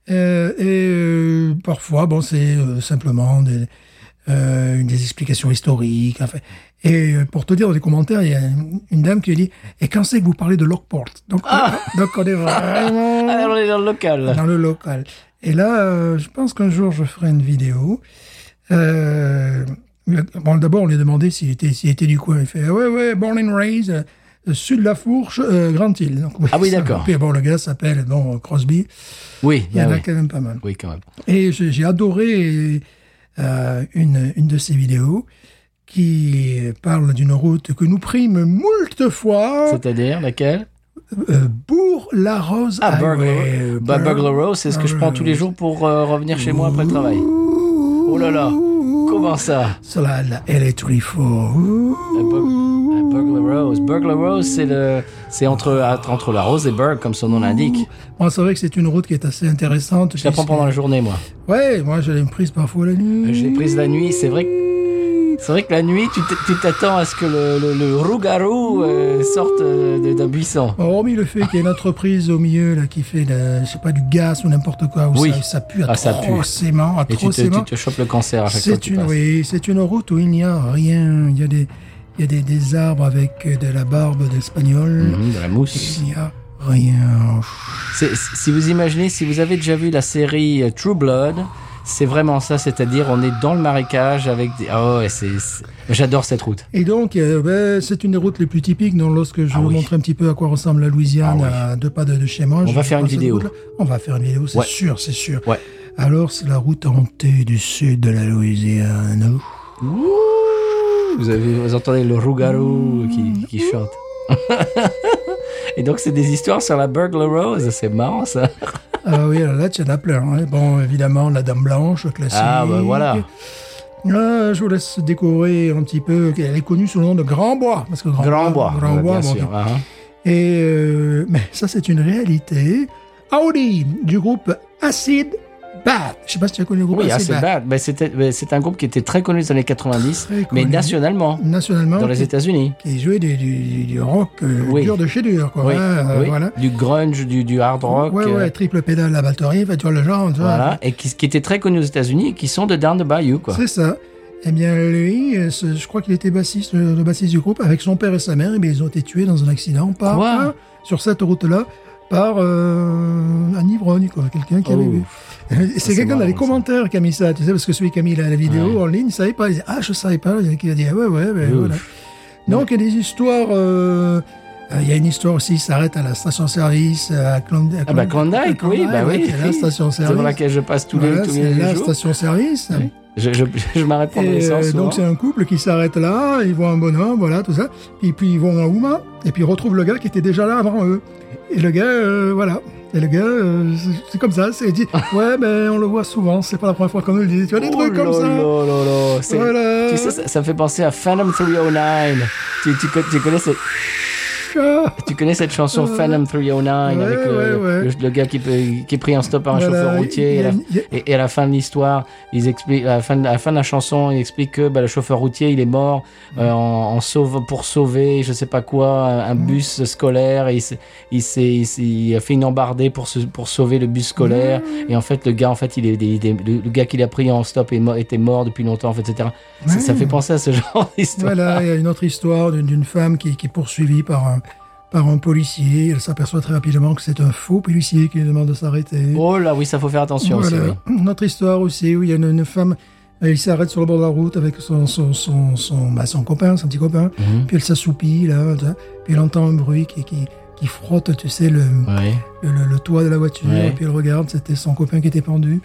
Parfois, c'est simplement des explications historiques. Enfin. Et pour te dire dans les commentaires, il y a une dame qui dit « Et quand c'est que vous parlez de Lockport ?» Donc on est vraiment...
Alors on est dans le local.
Dans le local. Et là, je pense qu'un jour, je ferai une vidéo. D'abord, on lui a demandé s'il était du coin. Il fait « Ouais, born and raised, sud de la Fourche, Grand-Île. »
oui, d'accord.
Puis le gars s'appelle Crosby.
Oui.
Il y en a quand même pas mal.
Oui, quand même.
Et j'ai adoré une de ces vidéos qui parle d'une route que nous prîmes moult fois.
C'est-à-dire, laquelle?
Bourg-la-Rose.
Burglar Rose, c'est ce que je prends tous les jours pour revenir chez moi après le travail. Oh là là, comment ça?
C'est la LA34.
Burglar Rose, c'est entre la Rose et Burg, comme son nom l'indique.
Bon, c'est vrai que c'est une route qui est assez intéressante.
Je la prends pendant la journée, moi.
Ouais, moi je l'ai prise parfois la nuit.
Je l'ai prise la nuit, c'est vrai que la nuit, tu t'attends à ce que le rougarou sorte d'un buisson.
Hormis le fait qu'il y ait une entreprise au milieu là, qui fait du gaz ou n'importe quoi, où ça pue atrocement.
Et tu te chopes le cancer à chaque fois que tu passes.
Oui, c'est une route où il n'y a rien. Il y a des arbres avec de la barbe d'espagnol.
De la mousse.
Il n'y a rien.
Si vous imaginez, si vous avez déjà vu la série True Blood... C'est vraiment ça, c'est-à-dire on est dans le marécage avec des... J'adore cette route.
Et donc, c'est une des routes les plus typiques. Donc, lorsque je vous montre un petit peu à quoi ressemble la Louisiane, à 2 pas de chez moi...
On va faire une vidéo.
C'est sûr, c'est sûr.
Ouais.
Alors, c'est la route hantée du sud de la Louisiane.
Vous entendez le rougarou qui chante. Et donc, c'est des histoires sur la Burglar Rose. C'est marrant, ça.
Ah oui, là, tu en as plein. Hein. Bon, évidemment, la Dame Blanche, le classique.
Ah, voilà.
Je vous laisse découvrir un petit peu. Elle est connue sous le nom de Grand Bois. Parce que Grand Bois,
bien sûr.
Et mais ça, c'est une réalité. Howdy, du groupe Acid Bath. Je ne sais pas si tu as connu le groupe Acid Bath.
C'est un groupe qui était très connu dans les années 90, mais nationalement. Dans les États-Unis.
Qui jouait du rock dur de chez dur. Quoi. Voilà.
Du grunge, du hard rock.
Triple pédale, la batterie, tu vois le genre.
Voilà, et qui était très connu aux États-Unis et qui sont de Down the Bayou. Quoi.
C'est ça. Eh bien, lui, je crois qu'il était le bassiste du groupe. Avec son père et sa mère, ils ont été tués dans un accident sur cette route-là par un ivrogne, quoi. Quelqu'un qui avait vu. C'est quelqu'un dans les commentaires qui a mis ça, tu sais, parce que celui qui a mis la vidéo en ligne, il savait pas. Il disait, je savais pas. Il y en a qui a dit, voilà. Donc, il y a des histoires, il y a une histoire aussi, il s'arrête à la station-service à Klondike.
Klondike, oui.
C'est la station-service.
C'est dans laquelle je passe tous les jours.
C'est la station-service.
Oui. Je m'arrête pendant l'essence.
Donc, c'est un couple qui s'arrête là, ils voient un bonhomme, voilà, tout ça. Et puis, ils vont à Houma, et puis ils retrouvent le gars qui était déjà là avant eux. Et le gars, voilà. Et le gars, c'est comme ça, c'est dit, on le voit souvent, c'est pas la première fois qu'on nous le dit. Tu vois, des trucs comme ça. Voilà.
Tu sais, ça me fait penser à Phantom 309. Tu connais cette... Tu connais cette chanson Phantom 309 avec le gars qui est pris en stop par un chauffeur routier et à la fin de l'histoire, ils expliquent, à la fin de la chanson, ils expliquent que le chauffeur routier il est mort pour sauver je sais pas quoi un bus scolaire et il a fait une embardée pour sauver le bus scolaire et en fait le gars le gars qu'il a pris en stop était mort depuis longtemps en fait, etc. Ça fait penser à ce genre d'histoire.
Voilà, il y a une autre histoire d'une femme qui est poursuivie par un policier. Elle s'aperçoit très rapidement que c'est un faux policier qui lui demande de s'arrêter.
Oh là, oui, ça faut faire attention aussi. Oui.
Une autre histoire aussi où il y a une femme Et il s'arrête sur le bord de la route avec son copain, son petit copain. Puis elle s'assoupit, là. Puis il entend un bruit qui frotte, tu sais, le toit de la voiture.
Ouais.
Et puis elle regarde, c'était son copain qui était pendu.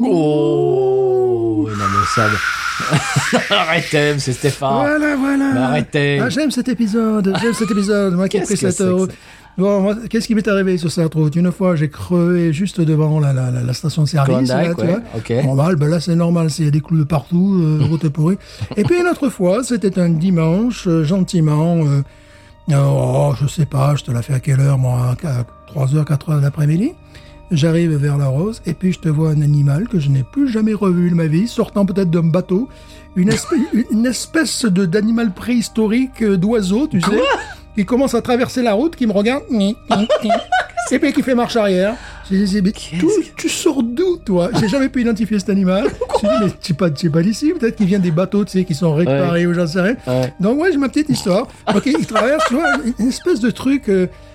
Oh, non, mais ça... Arrêtez, c'est Stéphane.
Voilà.
Mais arrêtez.
Ah, j'aime cet épisode. Moi qui ai pris cette route. Bon, moi, qu'est-ce qui m'est arrivé sur cette route? Une fois, j'ai crevé juste devant la station-service.
Klondike,
tu vois.
Okay.
Normal, ben là, c'est normal. Il y a des clous de partout, route pourrie. Et puis, une autre fois, c'était un dimanche, gentiment, je sais pas, je te la fais à quelle heure, moi, à 3h, 4h de l'après-midi. J'arrive vers la Rose, et puis je te vois un animal que je n'ai plus jamais revu de ma vie, sortant peut-être d'un bateau. Une espèce d'animal préhistorique, d'oiseau, tu sais. Qui commence à traverser la route, qui me regarde, et puis qui fait marche arrière. Je dis, mais tu sors d'où, toi? J'ai jamais pu identifier cet animal. Je dis, mais tu es pas d'ici, peut-être qu'il vient des bateaux, tu sais, qui sont réparés ou j'en sais rien. Ouais. Donc, j'ai ma petite histoire. Ok, il traverse, tu vois, une espèce de truc,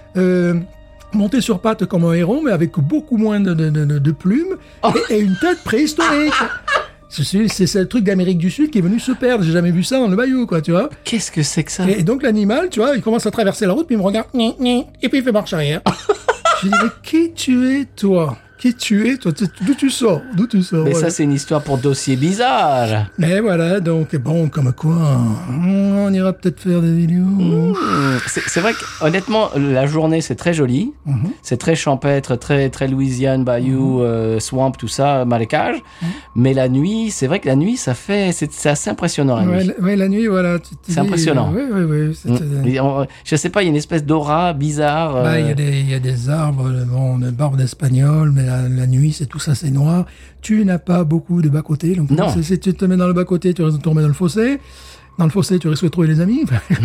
monté sur pattes comme un héron, mais avec beaucoup moins de plumes, et une tête préhistorique. C'est le truc d'Amérique du Sud qui est venu se perdre. J'ai jamais vu ça dans le bayou, quoi, tu vois.
Qu'est-ce que c'est que ça?
Et donc, l'animal, tu vois, il commence à traverser la route, puis il me regarde, et puis il fait marche arrière. Je dis, mais qui tu es, toi? D'où tu sors?
Mais ça, c'est une histoire pour dossier bizarre.
Mais voilà, donc, bon, comme quoi, on ira peut-être faire des vidéos.
C'est vrai qu'honnêtement, la journée, c'est très joli. C'est très champêtre, très, très Louisiane, bayou, swamp, tout ça, marécage. Mais la nuit, c'est vrai que la nuit, c'est assez impressionnant, la nuit.
Ouais, la nuit, voilà.
C'est impressionnant.
Oui.
Je sais pas, il y a une espèce d'aura bizarre.
Il y a des arbres, des barbes d'espagnol, mais la nuit, c'est tout ça, c'est noir. Tu n'as pas beaucoup de bas-côté. Donc,
non.
Si tu te mets dans le bas-côté, tu risques de tomber dans le fossé. Dans le fossé, tu risques de trouver les amis.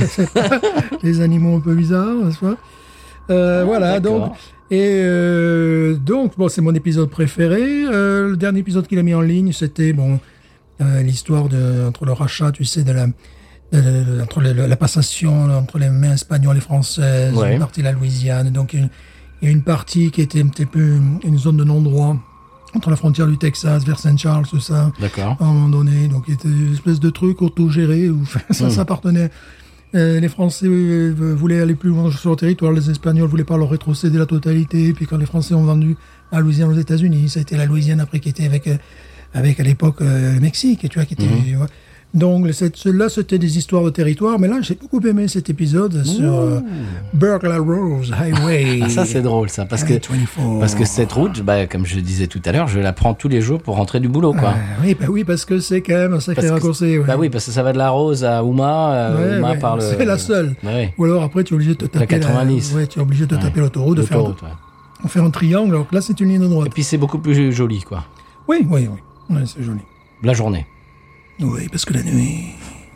Les animaux un peu bizarres, n'est-ce pas? Voilà, donc... bon, c'est mon épisode préféré. Le dernier épisode qu'il a mis en ligne, c'était, l'histoire entre le rachat, tu sais, entre la passation entre les mains espagnoles et françaises, une partie de la Louisiane. Donc, il y a une partie qui était un petit peu une zone de non-droit entre la frontière du Texas vers Saint Charles, tout ça.
D'accord.
À un moment donné, donc il était une espèce de truc autogéré où ça s'appartenait. Les Français voulaient aller plus loin sur le territoire, les Espagnols voulaient pas leur rétrocéder la totalité. Puis quand les Français ont vendu la Louisiane aux États-Unis, ça a été la Louisiane après qui était avec à l'époque le Mexique, tu vois, qui était. Donc, là, c'était des histoires de territoire, mais là, j'ai beaucoup aimé cet épisode sur Burglar Rose Highway.
Ah, ça, c'est drôle, ça, parce que cette route, comme je le disais tout à l'heure, je la prends tous les jours pour rentrer du boulot, quoi.
Oui, parce que c'est quand même un sacré raccourci.
Oui, parce que ça va de la Rose à Houma, par le...
C'est la seule. Ou alors, après, tu es obligé de te taper...
La 90.
Tu es obligé de te taper l'autoroute, de faire un triangle, alors que là, c'est une ligne droite.
Et puis, c'est beaucoup plus joli, quoi.
Oui, c'est joli.
La journée.
Oui, parce que la nuit...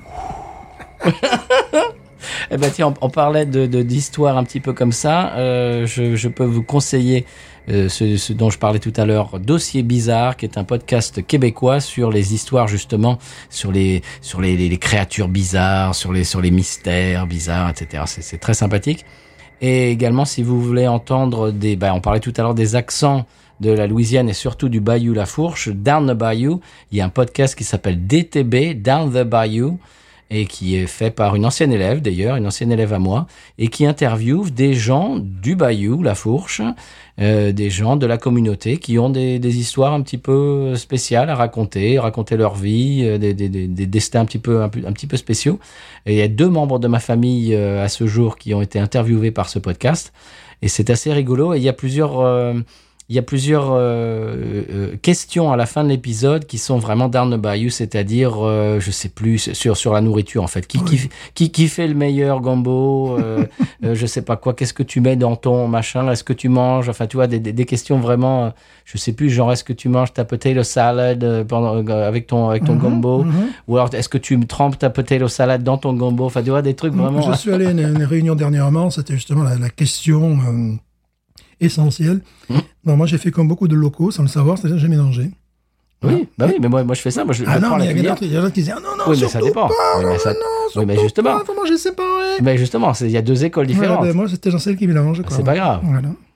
Eh ben tiens, on parlait d'histoire un petit peu comme ça. Je peux vous conseiller ce dont je parlais tout à l'heure, Dossier Bizarre, qui est un podcast québécois sur les histoires justement, sur les créatures bizarres, sur les mystères bizarres, etc. C'est très sympathique. Et également, si vous voulez entendre on parlait tout à l'heure des accents de la Louisiane et surtout du Bayou La Fourche, Down the Bayou, il y a un podcast qui s'appelle DTB, Down the Bayou, et qui est fait par une ancienne élève d'ailleurs, une ancienne élève à moi, et qui interviewe des gens du Bayou La Fourche, des gens de la communauté qui ont des histoires un petit peu spéciales à raconter leur vie, des destins un petit peu spéciaux. Et il y a 2 membres de ma famille à ce jour qui ont été interviewés par ce podcast, et c'est assez rigolo. Et il y a plusieurs questions à la fin de l'épisode qui sont vraiment down the bayou, c'est-à-dire, je sais plus, sur la nourriture, en fait. Qui fait le meilleur gumbo, je sais pas quoi, qu'est-ce que tu mets dans ton machin, est-ce que tu manges, enfin, tu vois, des questions vraiment, je sais plus, genre, est-ce que tu manges ta potato salad avec ton gumbo, ou alors, est-ce que tu trempes ta potato salad dans ton gumbo, enfin, tu vois, des trucs vraiment...
Je suis allé à une réunion dernièrement, c'était justement la question... essentiel. Moi, j'ai fait comme beaucoup de locaux, sans le savoir, c'est-à-dire j'ai mélangé.
Oui, mais moi je fais ça.
Il y a d'autres qui disent non,
oui, mais ça dépend. Mais justement,
faut manger séparé.
Mais justement, il y a deux écoles différentes.
Moi, c'était dans celle qui mélange.
C'est pas grave.
Voilà.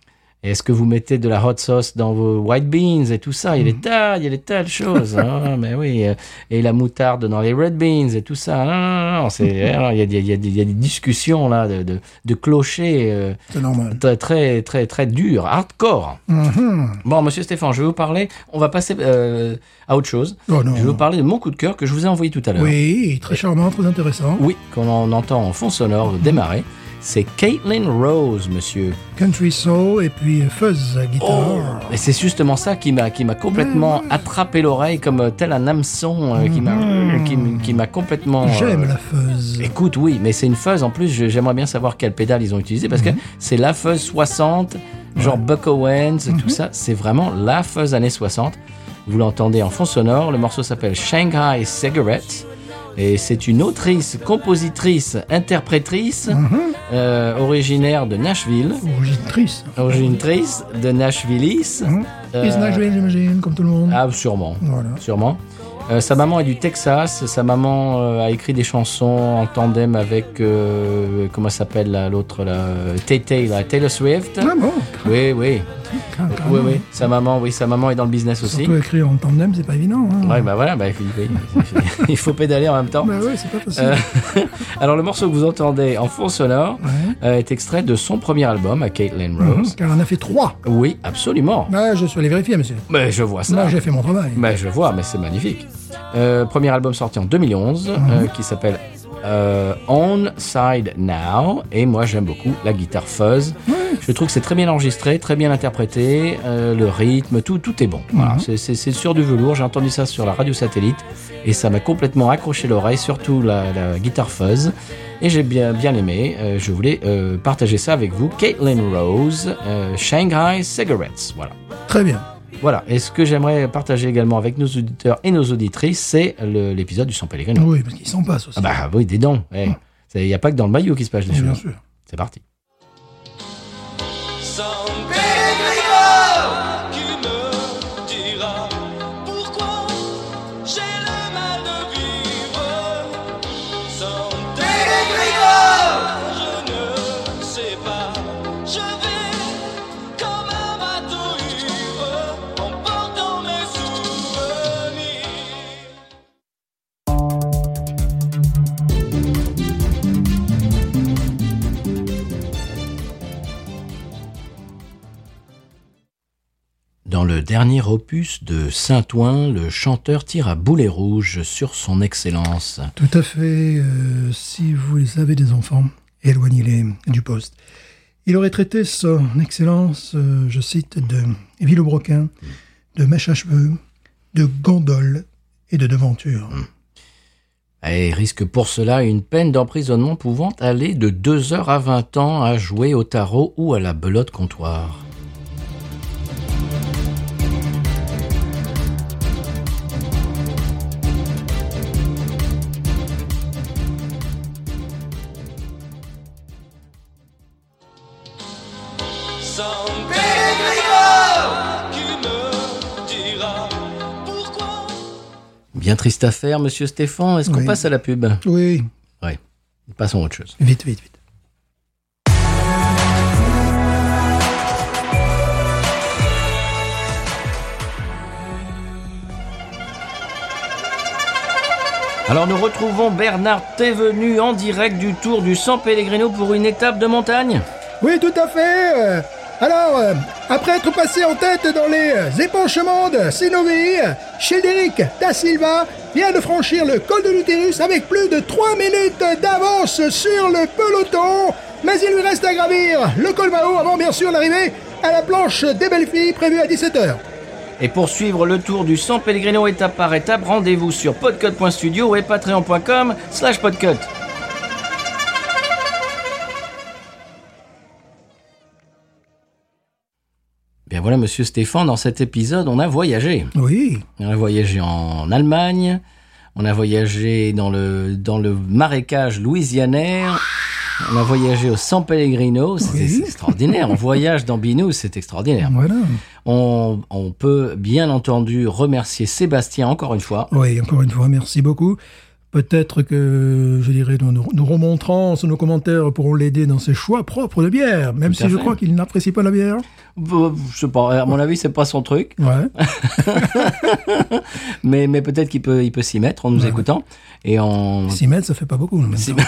Est-ce que vous mettez de la hot sauce dans vos white beans et tout ça? Il y a des tas de choses. Hein, mais oui. Et la moutarde dans les red beans et tout ça. Non. Il y a des discussions là de clochers.
C'est normal.
Très, très, très dur, hardcore. Bon, monsieur Stéphane, je vais vous parler. On va passer à autre chose.
Oh, non.
Je vais vous parler de mon coup de cœur que je vous ai envoyé tout à l'heure.
Oui, très charmant, très intéressant.
Oui, qu'on entend en fond sonore démarrer. C'est Caitlin Rose, monsieur.
Country soul et puis fuzz guitare.
Et c'est justement ça qui m'a complètement attrapé l'oreille comme tel un hameçon qui m'a complètement...
J'aime la fuzz.
Écoute, oui, mais c'est une fuzz en plus. J'aimerais bien savoir quelle pédale ils ont utilisé parce que c'est la fuzz 60, genre Buck Owens, tout ça. C'est vraiment la fuzz années 60. Vous l'entendez en fond sonore. Le morceau s'appelle Shanghai Cigarettes. Et c'est une autrice, compositrice, interprétrice originaire de Nashville. Originatrice de Nashvillis.
Is Nashville, j'imagine, comme tout le monde.
Ah, sûrement.
Voilà.
Sûrement. Sa maman est du Texas. Sa maman a écrit des chansons en tandem avec comment s'appelle l'autre là, Taylor Swift.
Ah bon.
Oui. Oui. Sa maman est dans le business aussi.
Surtout écrire en tandem, c'est pas évident. Hein.
Ouais, bah voilà, il faut pédaler en même temps.
Bah ouais, c'est pas possible.
Alors le morceau que vous entendez en fond sonore est extrait de son premier album à Caitlin Rose.
Car on a fait 3.
Oui, absolument.
Bah, je suis allé vérifier, monsieur.
Mais je vois ça.
Là, j'ai fait mon travail.
Mais je vois, mais c'est magnifique. Premier album sorti en 2011 qui s'appelle On Side Now, et moi j'aime beaucoup la guitare fuzz. Je trouve que c'est très bien enregistré, très bien interprété, le rythme, tout est bon. Voilà, c'est sur du velours. J'ai entendu ça sur la radio satellite et ça m'a complètement accroché l'oreille, surtout la guitare fuzz, et j'ai bien aimé. Je voulais partager ça avec vous. Caitlin Rose, Shanghai Cigarettes. Voilà.
Très bien.
Voilà, et ce que j'aimerais partager également avec nos auditeurs et nos auditrices, c'est l'épisode du San Pellegrino.
Oui, parce qu'il s'en passe aussi.
Ah bah oui, des dents. Il n'y a pas que dans le maillot qui se passe des choses.
Bien sûr.
C'est parti.
San Pellegrino, qui me dira pourquoi j'ai le mal de vivre. San Pellegrino, je ne sais pas, je vais comme un bateau ivre en portant mes souvenirs.
Dans le dernier opus de Saint-Ouen, le chanteur tire à boulet rouge sur son excellence.
Tout à fait. Si vous avez des enfants, éloignez-les du poste. Il aurait traité son excellence, je cite, de vilebrequin, de mèche à cheveux, de gondole et de devanture.
Et risque pour cela une peine d'emprisonnement pouvant aller de 2 heures à 20 ans à jouer au tarot ou à la belote comptoir.
San Pellegrino, qui me dira pourquoi.
Bien triste affaire, monsieur Stéphane. Est-ce qu'on
Oui.
passe à la pub?
Oui,
Oui. Passons à autre chose.
vite.
Alors nous retrouvons Bernard Thévenu en direct du Tour du San Pellegrino pour une étape de montagne.
Oui, tout à fait. Alors, après être passé en tête dans les épanchements de Sinovi, Childéric da Silva vient de franchir le col de l'Utérus avec plus de 3 minutes d'avance sur le peloton. Mais il lui reste à gravir le col Mao avant bien sûr l'arrivée à la planche des belles filles prévue à 17h.
Et pour suivre le Tour du San Pellegrino étape par étape, rendez-vous sur podcut.studio et patreon.com/podcut. Bien voilà, monsieur Stéphane, dans cet épisode, on a voyagé.
Oui,
On a voyagé en Allemagne, on a voyagé dans le marécage louisianaire, on a voyagé au San Pellegrino, c'est extraordinaire. On voyage dans Binous, c'est extraordinaire.
voilà.
On peut bien entendu remercier Sébastien encore une fois.
Oui, encore une fois, merci beaucoup Peut-être que, je dirais, nos remontrances, nos commentaires pourront l'aider dans ses choix propres de bière, même si je crois qu'il n'apprécie pas la bière.
Je sais pas, à mon avis, c'est pas son truc.
Ouais.
mais peut-être qu'il peut s'y mettre en nous écoutant. Et
S'y mettre, ça fait pas beaucoup.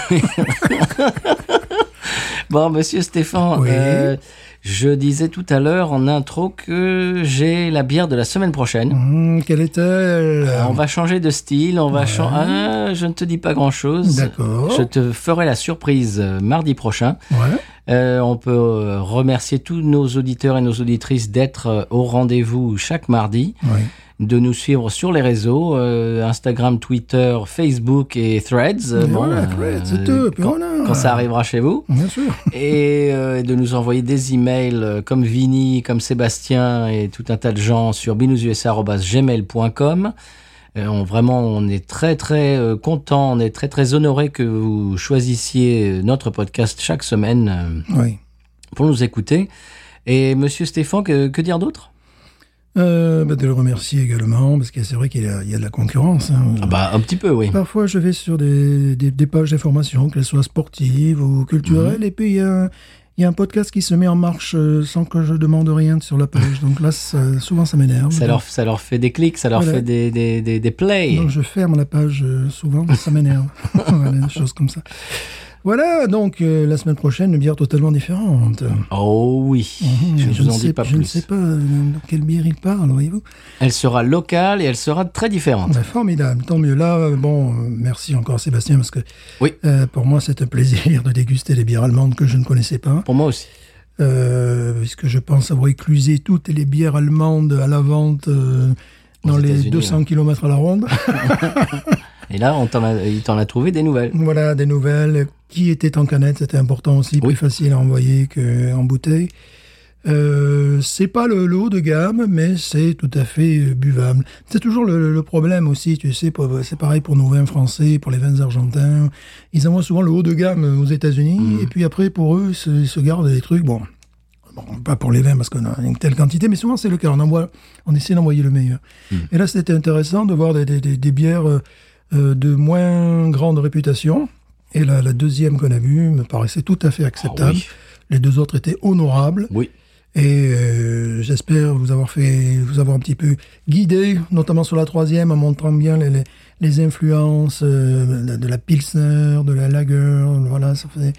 Bon, monsieur Stéphane,
oui.
Je disais tout à l'heure en intro que j'ai la bière de la semaine prochaine.
Quelle est-elle?
On va changer de style, je ne te dis pas grand-chose.
D'accord.
Je te ferai la surprise mardi prochain.
Ouais.
On peut remercier tous nos auditeurs et nos auditrices d'être au rendez-vous chaque mardi.
Oui.
De nous suivre sur les réseaux, Instagram, Twitter, Facebook et Threads.
Threads, c'est tout.
Quand ça arrivera chez vous.
Bien sûr.
Et de nous envoyer des emails comme Vinny, comme Sébastien et tout un tas de gens sur binoususa@gmail.com. On est très très content, on est très très honoré que vous choisissiez notre podcast chaque semaine pour nous écouter. Et monsieur Stéphane, que dire d'autre?
De le remercier également, parce que c'est vrai qu'il y a de la concurrence. Hein.
Un petit peu, oui.
Parfois, je vais sur des pages d'information, qu'elles soient sportives ou culturelles, et puis il y a un podcast qui se met en marche sans que je demande rien sur la page. Donc là, souvent, ça m'énerve.
Ça leur fait des clics, ça leur fait des plays.
Donc je ferme la page souvent, ça m'énerve. Des choses comme ça. Voilà, donc la semaine prochaine, une bière totalement différente.
Oh oui, je ne vous en dis pas plus.
Je ne sais pas de quelle bière il parle, voyez-vous.
Elle sera locale et elle sera très différente.
Formidable, tant mieux. Là, merci encore Sébastien, parce que pour moi, c'est un plaisir de déguster des bières allemandes que je ne connaissais pas.
Pour moi aussi.
Puisque je pense avoir éclusé toutes les bières allemandes à la vente dans les 200 km à la ronde.
Et là, il t'en a trouvé des nouvelles.
Voilà, des nouvelles qui étaient en canette, c'était important aussi, plus facile à envoyer qu'en bouteille. C'est pas le haut de gamme, mais c'est tout à fait buvable. C'est toujours le problème aussi, tu sais, c'est pareil pour nos vins français, pour les vins argentins. Ils envoient souvent le haut de gamme aux États-Unis, et puis après, pour eux, ils se gardent des trucs, bon, pas pour les vins parce qu'on a une telle quantité, mais souvent c'est le cas, on essaie d'envoyer le meilleur. Et là, c'était intéressant de voir des bières de moins grande réputation. Et la deuxième qu'on a vue me paraissait tout à fait acceptable. Les deux autres étaient honorables.
Oui.
Et j'espère vous avoir un petit peu guidé, notamment sur la troisième, en montrant bien les influences de la Pilsner, de la Lager. Voilà, ça fait...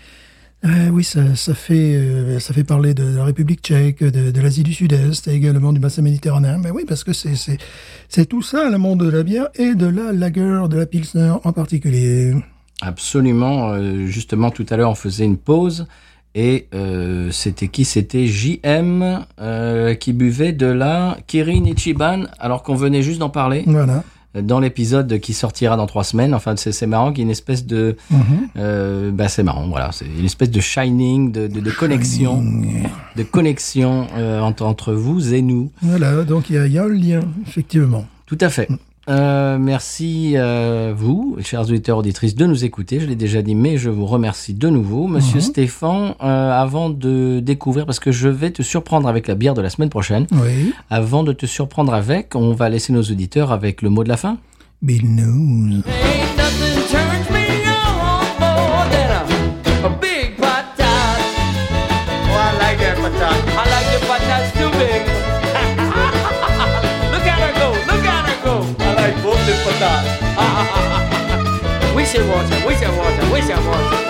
ça fait parler de la République tchèque, de l'Asie du Sud-Est et également du bassin méditerranéen. Mais oui, parce que c'est tout ça, le monde de la bière et de la lager, de la pilsner en particulier.
Absolument. Justement, tout à l'heure, on faisait une pause et c'était qui? C'était JM qui buvait de la Kirin Ichiban alors qu'on venait juste d'en parler.
Voilà.
Dans l'épisode qui sortira dans 3 semaines. Enfin, c'est marrant qu'il y ait une espèce de... c'est marrant, voilà. C'est une espèce de shining, de connexion. De connexion entre vous et nous.
Voilà, donc il y a un lien, effectivement.
Tout à fait. Merci à vous, chers auditeurs, auditrices, de nous écouter. Je l'ai déjà dit, mais je vous remercie de nouveau. Monsieur Stéphane, avant de découvrir, parce que je vais te surprendre avec la bière de la semaine prochaine.
Oui.
Avant de te surprendre avec, on va laisser nos auditeurs avec le mot de la fin.
Bill News.
Ain't nothing turns me on more than a big patat. Oh, I like that patat. I like the patats too big. Look at her go, look at her go. I like both the patats. We should watch her, we should watch her, we should watch her.